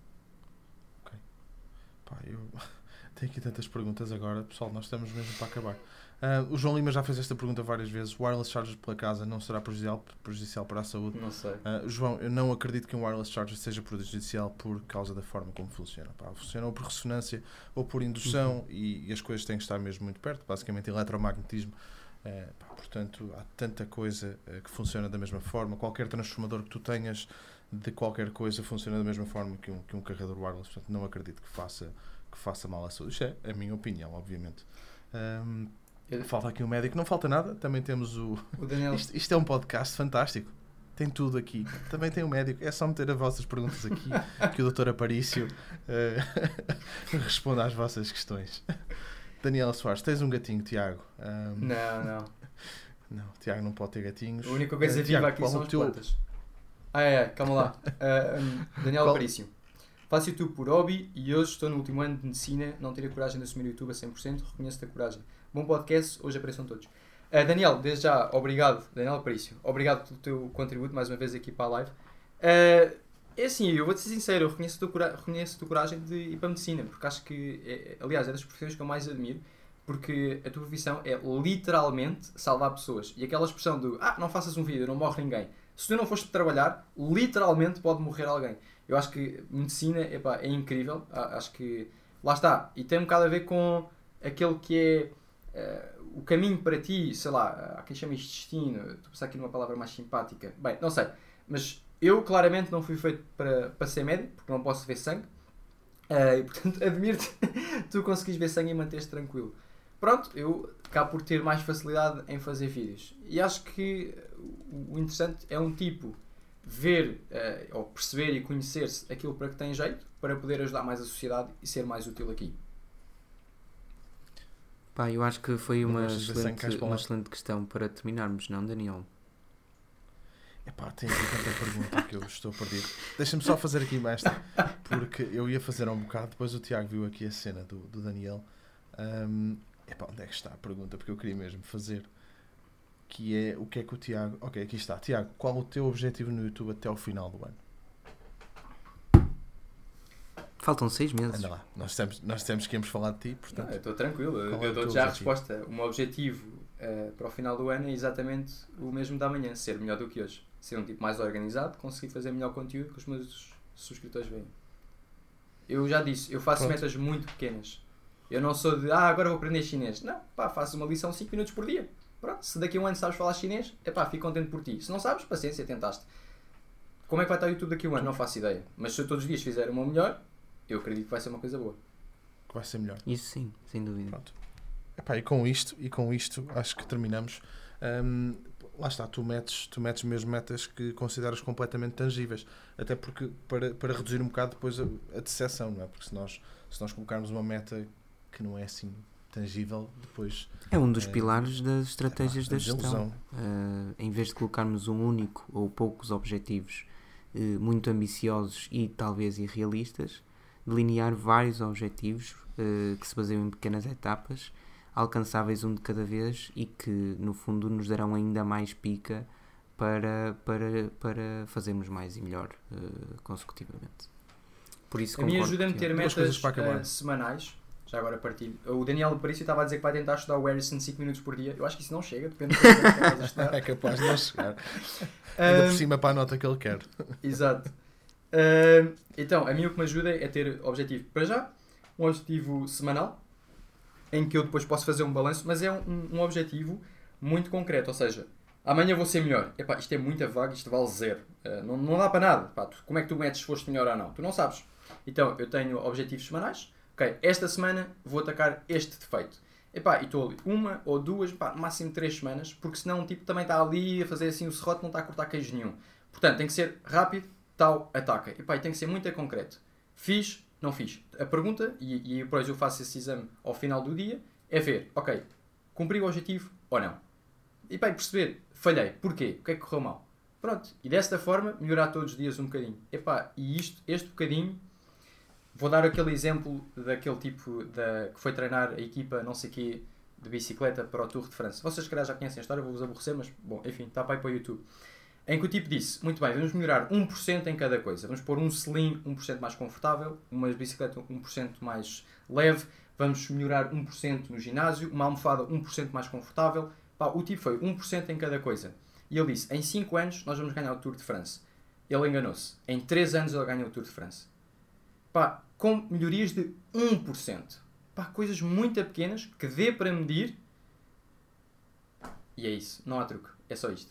Pá, eu tenho aqui tantas perguntas agora. Pessoal, nós estamos mesmo para acabar. Ah, o João Lima já fez esta pergunta várias vezes. Wireless chargers pela casa não será prejudicial, prejudicial para a saúde? Não sei. Ah, João, eu não acredito que um wireless charger seja prejudicial por causa da forma como funciona. Pá, funciona ou por ressonância ou por indução, e, e as coisas têm que estar mesmo muito perto. Basicamente, eletromagnetismo. Ah, pá, portanto, há tanta coisa ah, que funciona da mesma forma. Qualquer transformador que tu tenhas de qualquer coisa funciona da mesma forma que um, que um carregador wireless. Portanto, não acredito que faça, que faça mal à saúde. Isto é a minha opinião, obviamente. Ahm, Eu- falta aqui um médico. Não falta nada. Também temos o... O Daniel, Isto, isto é um podcast fantástico. Tem tudo aqui. Também tem um médico. É só meter as vossas perguntas aqui que o doutor Aparício eh, responda às vossas questões. Daniela Soares, tens um gatinho, Tiago? Ahm, não, não. não, Tiago não pode ter gatinhos. A única coisa Eh, viva Tiago, aqui qual são o as teu- plantas. Ah, é, é, calma lá. Ah, um, Daniel Qual- Aparício. Faço YouTube por hobby e hoje estou no último ano de medicina. Não terei coragem de assumir o YouTube a cem por cento. Reconheço-te a coragem. Bom podcast, hoje apareçam todos. Ah, Daniel, desde já, obrigado. Daniel Aparício, obrigado pelo teu contributo mais uma vez aqui para a live. Ah, é assim, eu vou-te ser sincero, eu reconheço a tua cora- reconheço a tua coragem de ir para a medicina, porque acho que, é, aliás, é das profissões que eu mais admiro, porque a tua profissão é literalmente salvar pessoas. E aquela expressão do, ah, não faças um vídeo, não morre ninguém. Se tu não foste trabalhar, literalmente pode morrer alguém. Eu acho que medicina, epá, é incrível. A- Acho que, lá está, e tem um bocado a ver com aquele que é eh, o caminho para ti, sei lá, há quem chama isto destino, estou a pensar aqui numa palavra mais simpática. Bem, não sei, mas eu claramente não fui feito para, para ser médico, porque não posso ver sangue. Eh, e portanto, admiro-te, tu conseguis ver sangue e manteres tranquilo. Pronto, eu acabo por ter mais facilidade em fazer vídeos. E acho que o o interessante é um tipo ver, eh, ou perceber e conhecer-se aquilo para que tem jeito, para poder ajudar mais a sociedade e ser mais útil aqui. Pá, eu acho que foi Não uma gostas de ver sangue, excelente, queres falar? uma excelente questão para terminarmos, não, Daniel? Epá, tenho aqui tanta pergunta que eu estou perdido. Deixa-me só fazer aqui mais, porque eu ia fazer um bocado, depois o Tiago viu aqui a cena do, do Daniel. Um, epá, onde é que está a pergunta? Porque eu queria mesmo fazer, que é, o que é que o Tiago... Ok, aqui está. Tiago, qual o teu objetivo no YouTube até ao final do ano? Faltam seis meses. Anda lá, nós temos, nós temos que íamos falar de ti, Não, portanto... eu estou tranquilo, eu, Qual é eu o dou-te teu já a objetivo? resposta. O meu objetivo eh, para o final do ano é exatamente o mesmo da manhã, ser melhor do que hoje. Ser um tipo mais organizado, conseguir fazer melhor conteúdo que os meus subscritores veem. Eu já disse, eu faço Pronto. metas muito pequenas. Eu não sou de, ah, agora vou aprender chinês. Não, pá, faço uma lição cinco minutos por dia. Pronto, se daqui a um ano sabes falar chinês, é pá, fico contente por ti. Se não sabes, paciência, tentaste. Como é que vai estar o YouTube daqui a um ano? Não faço ideia. Mas se eu todos os dias fizer o meu melhor, eu acredito que vai ser uma coisa boa. Que vai ser melhor. Isso sim, sem dúvida. Pronto. Epá, e com isto, e com isto acho que terminamos. Um, lá está, tu metes, tu metes mesmo metas que consideras completamente tangíveis. Até porque, para, para reduzir um bocado depois a, a decepção, não é? Porque se nós, se nós colocarmos uma meta que não é assim tangível, depois... É um dos é, pilares das estratégias é, da gestão. desilusão. Uh, em vez de colocarmos um único ou poucos objetivos uh, muito ambiciosos e talvez irrealistas, delinear vários objetivos uh, que se baseiam em pequenas etapas, alcançáveis um de cada vez e que no fundo nos darão ainda mais pica para, para, para fazermos mais e melhor uh, consecutivamente. Por isso A mim concordo ajuda-me a que- ter Duas coisas metas para acabar. eh, semanais. Já agora partilho. O Daniel Parício estava a dizer que vai tentar estudar o Harrison cinco minutos por dia. Eu acho que isso não chega, depende do que estás a estudar. É capaz de não chegar. Ainda por Ahm, cima para a nota que ele quer. Exato. Ahm, então, a mim o que me ajuda é ter objetivo para já, um objetivo semanal, em que eu depois posso fazer um balanço, mas é um, um objetivo muito concreto, ou seja, amanhã vou ser melhor. Epá, isto é muito vago, isto vale zero. Uh, não, não dá para nada. Epá, tu, como é que tu metes se foste melhor ou não? Tu não sabes. Então, eu tenho objetivos semanais. Ok, esta semana vou atacar este defeito. Epá, e estou ali uma ou duas, pá, no máximo três semanas, porque senão tipo, também está ali a fazer assim o serrote, não está a cortar queijo nenhum. Portanto, tem que ser rápido, tal, ataca. Epá, e tem que ser muito concreto. Fiz, não fiz. A pergunta, e, e depois eu faço esse exame ao final do dia, é ver, ok, cumpri o objetivo ou não. E pá, e perceber, falhei, porquê? O que é que correu mal? Pronto, e desta forma melhorar todos os dias um bocadinho. Epá, e isto, este bocadinho, vou dar aquele exemplo daquele tipo da, que foi treinar a equipa não sei quê de bicicleta para o Tour de France. Vocês se calhar já conhecem a história, vou-vos aborrecer, mas bom, enfim, está para aí para o YouTube. Em que o tipo disse, muito bem, vamos melhorar um por cento em cada coisa. Vamos pôr um selim um por cento mais confortável, uma bicicleta um por cento mais leve, vamos melhorar um por cento no ginásio, uma almofada um por cento mais confortável. Pá, o tipo foi um por cento em cada coisa. E ele disse, em cinco anos nós vamos ganhar o Tour de France. Ele enganou-se. Em três anos ele ganhou o Tour de France. Pá, com melhorias de um por cento. Pá, coisas muito pequenas que dê para medir. E é isso. Não há truque. É só isto.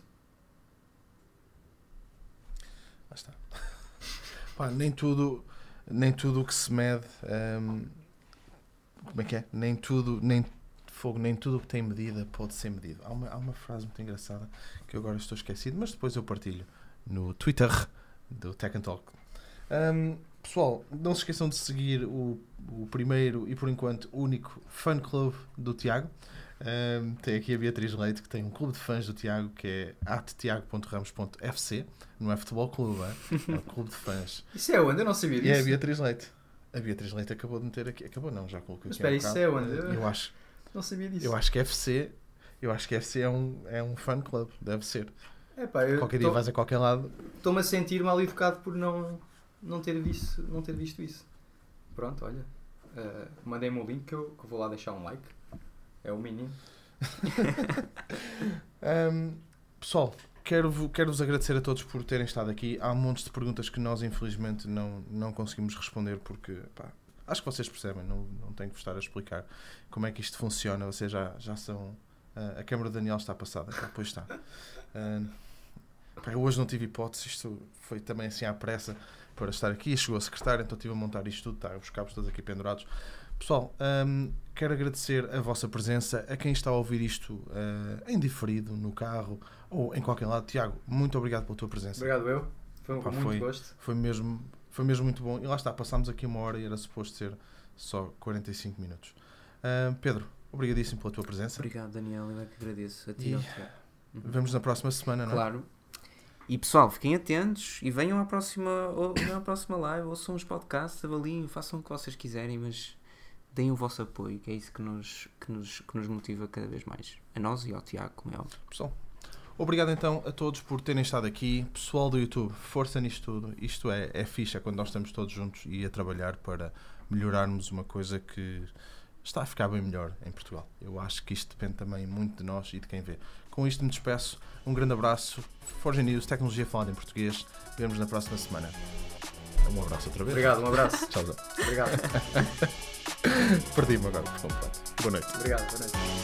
Lá está. Pá, nem tudo nem tudo o que se mede hum, como é que é? Nem tudo nem fogo, nem tudo o que tem medida pode ser medido. Há uma, há uma frase muito engraçada que eu agora estou esquecido, mas depois eu partilho no Twitter do Tech and Talk. Hum, pessoal, não se esqueçam de seguir o, o primeiro e por enquanto único fan club do Tiago. Um, tem aqui a Beatriz Leite, que tem um clube de fãs do Tiago, que é at tiago ponto ramos ponto f c. Não é futebol clube, é, é um clube de fãs. Isso é onde? Eu não sabia E disso. é a Beatriz Leite. A Beatriz Leite acabou de meter aqui. Acabou não, já colocou Mas aqui. espera, há um isso bocado. é onde? Eu acho, Não sabia disso. eu acho que F C. Eu acho que F C é um, é um fan club, deve ser. Epá, eu Qualquer dia vais a qualquer lado. estou-me a sentir mal educado por não, não, ter visto, não ter visto isso. Pronto, olha. Uh, mandei-me o link que eu, que eu vou lá deixar um like. É o mínimo. Um, pessoal, quero-vos quero agradecer a todos por terem estado aqui. Há montes de perguntas que nós infelizmente não, não conseguimos responder porque pá, acho que vocês percebem, não, não tenho que vos estar a explicar como é que isto funciona. Vocês já, já são. Uh, a câmara do Daniel está passada, então, depois está. Uh, pá, eu hoje não tive hipótese, isto foi também assim à pressa para estar aqui. Chegou a secretária, então estive a montar isto tudo, tá, os cabos todos aqui pendurados. Pessoal, um, quero agradecer a vossa presença, a quem está a ouvir isto uh, em diferido, no carro ou em qualquer lado. Tiago, muito obrigado pela tua presença. Obrigado eu. Foi um Pá, muito foi, gosto. Foi mesmo, foi mesmo muito bom. E lá está, passámos aqui uma hora e era suposto ser só quarenta e cinco minutos. Uh, Pedro, obrigadíssimo pela tua presença. Obrigado, Daniel. Eu é que agradeço a ti. E ao Tiago. Uhum. Vemos na próxima semana, não é? Claro. E pessoal, fiquem atentos e venham à próxima, ou, venham à próxima live, ouçam os podcasts, avaliem, façam o que vocês quiserem, mas deem o vosso apoio, que é isso que nos, que nos, que nos motiva cada vez mais. A nós e ao Tiago, como é óbvio. Pessoal, obrigado então a todos por terem estado aqui. Pessoal do YouTube, força nisto tudo. Isto é, é fixe, é quando nós estamos todos juntos e a trabalhar para melhorarmos uma coisa que está a ficar bem melhor em Portugal. Eu acho que isto depende também muito de nós e de quem vê. Com isto me despeço. Um grande abraço. Forge News, tecnologia falada em português. Vemos na próxima semana. Um abraço outra vez. Obrigado, um abraço. Tchau. Obrigado. Perdi-me agora por completo. Boa noite. Obrigado, boa noite.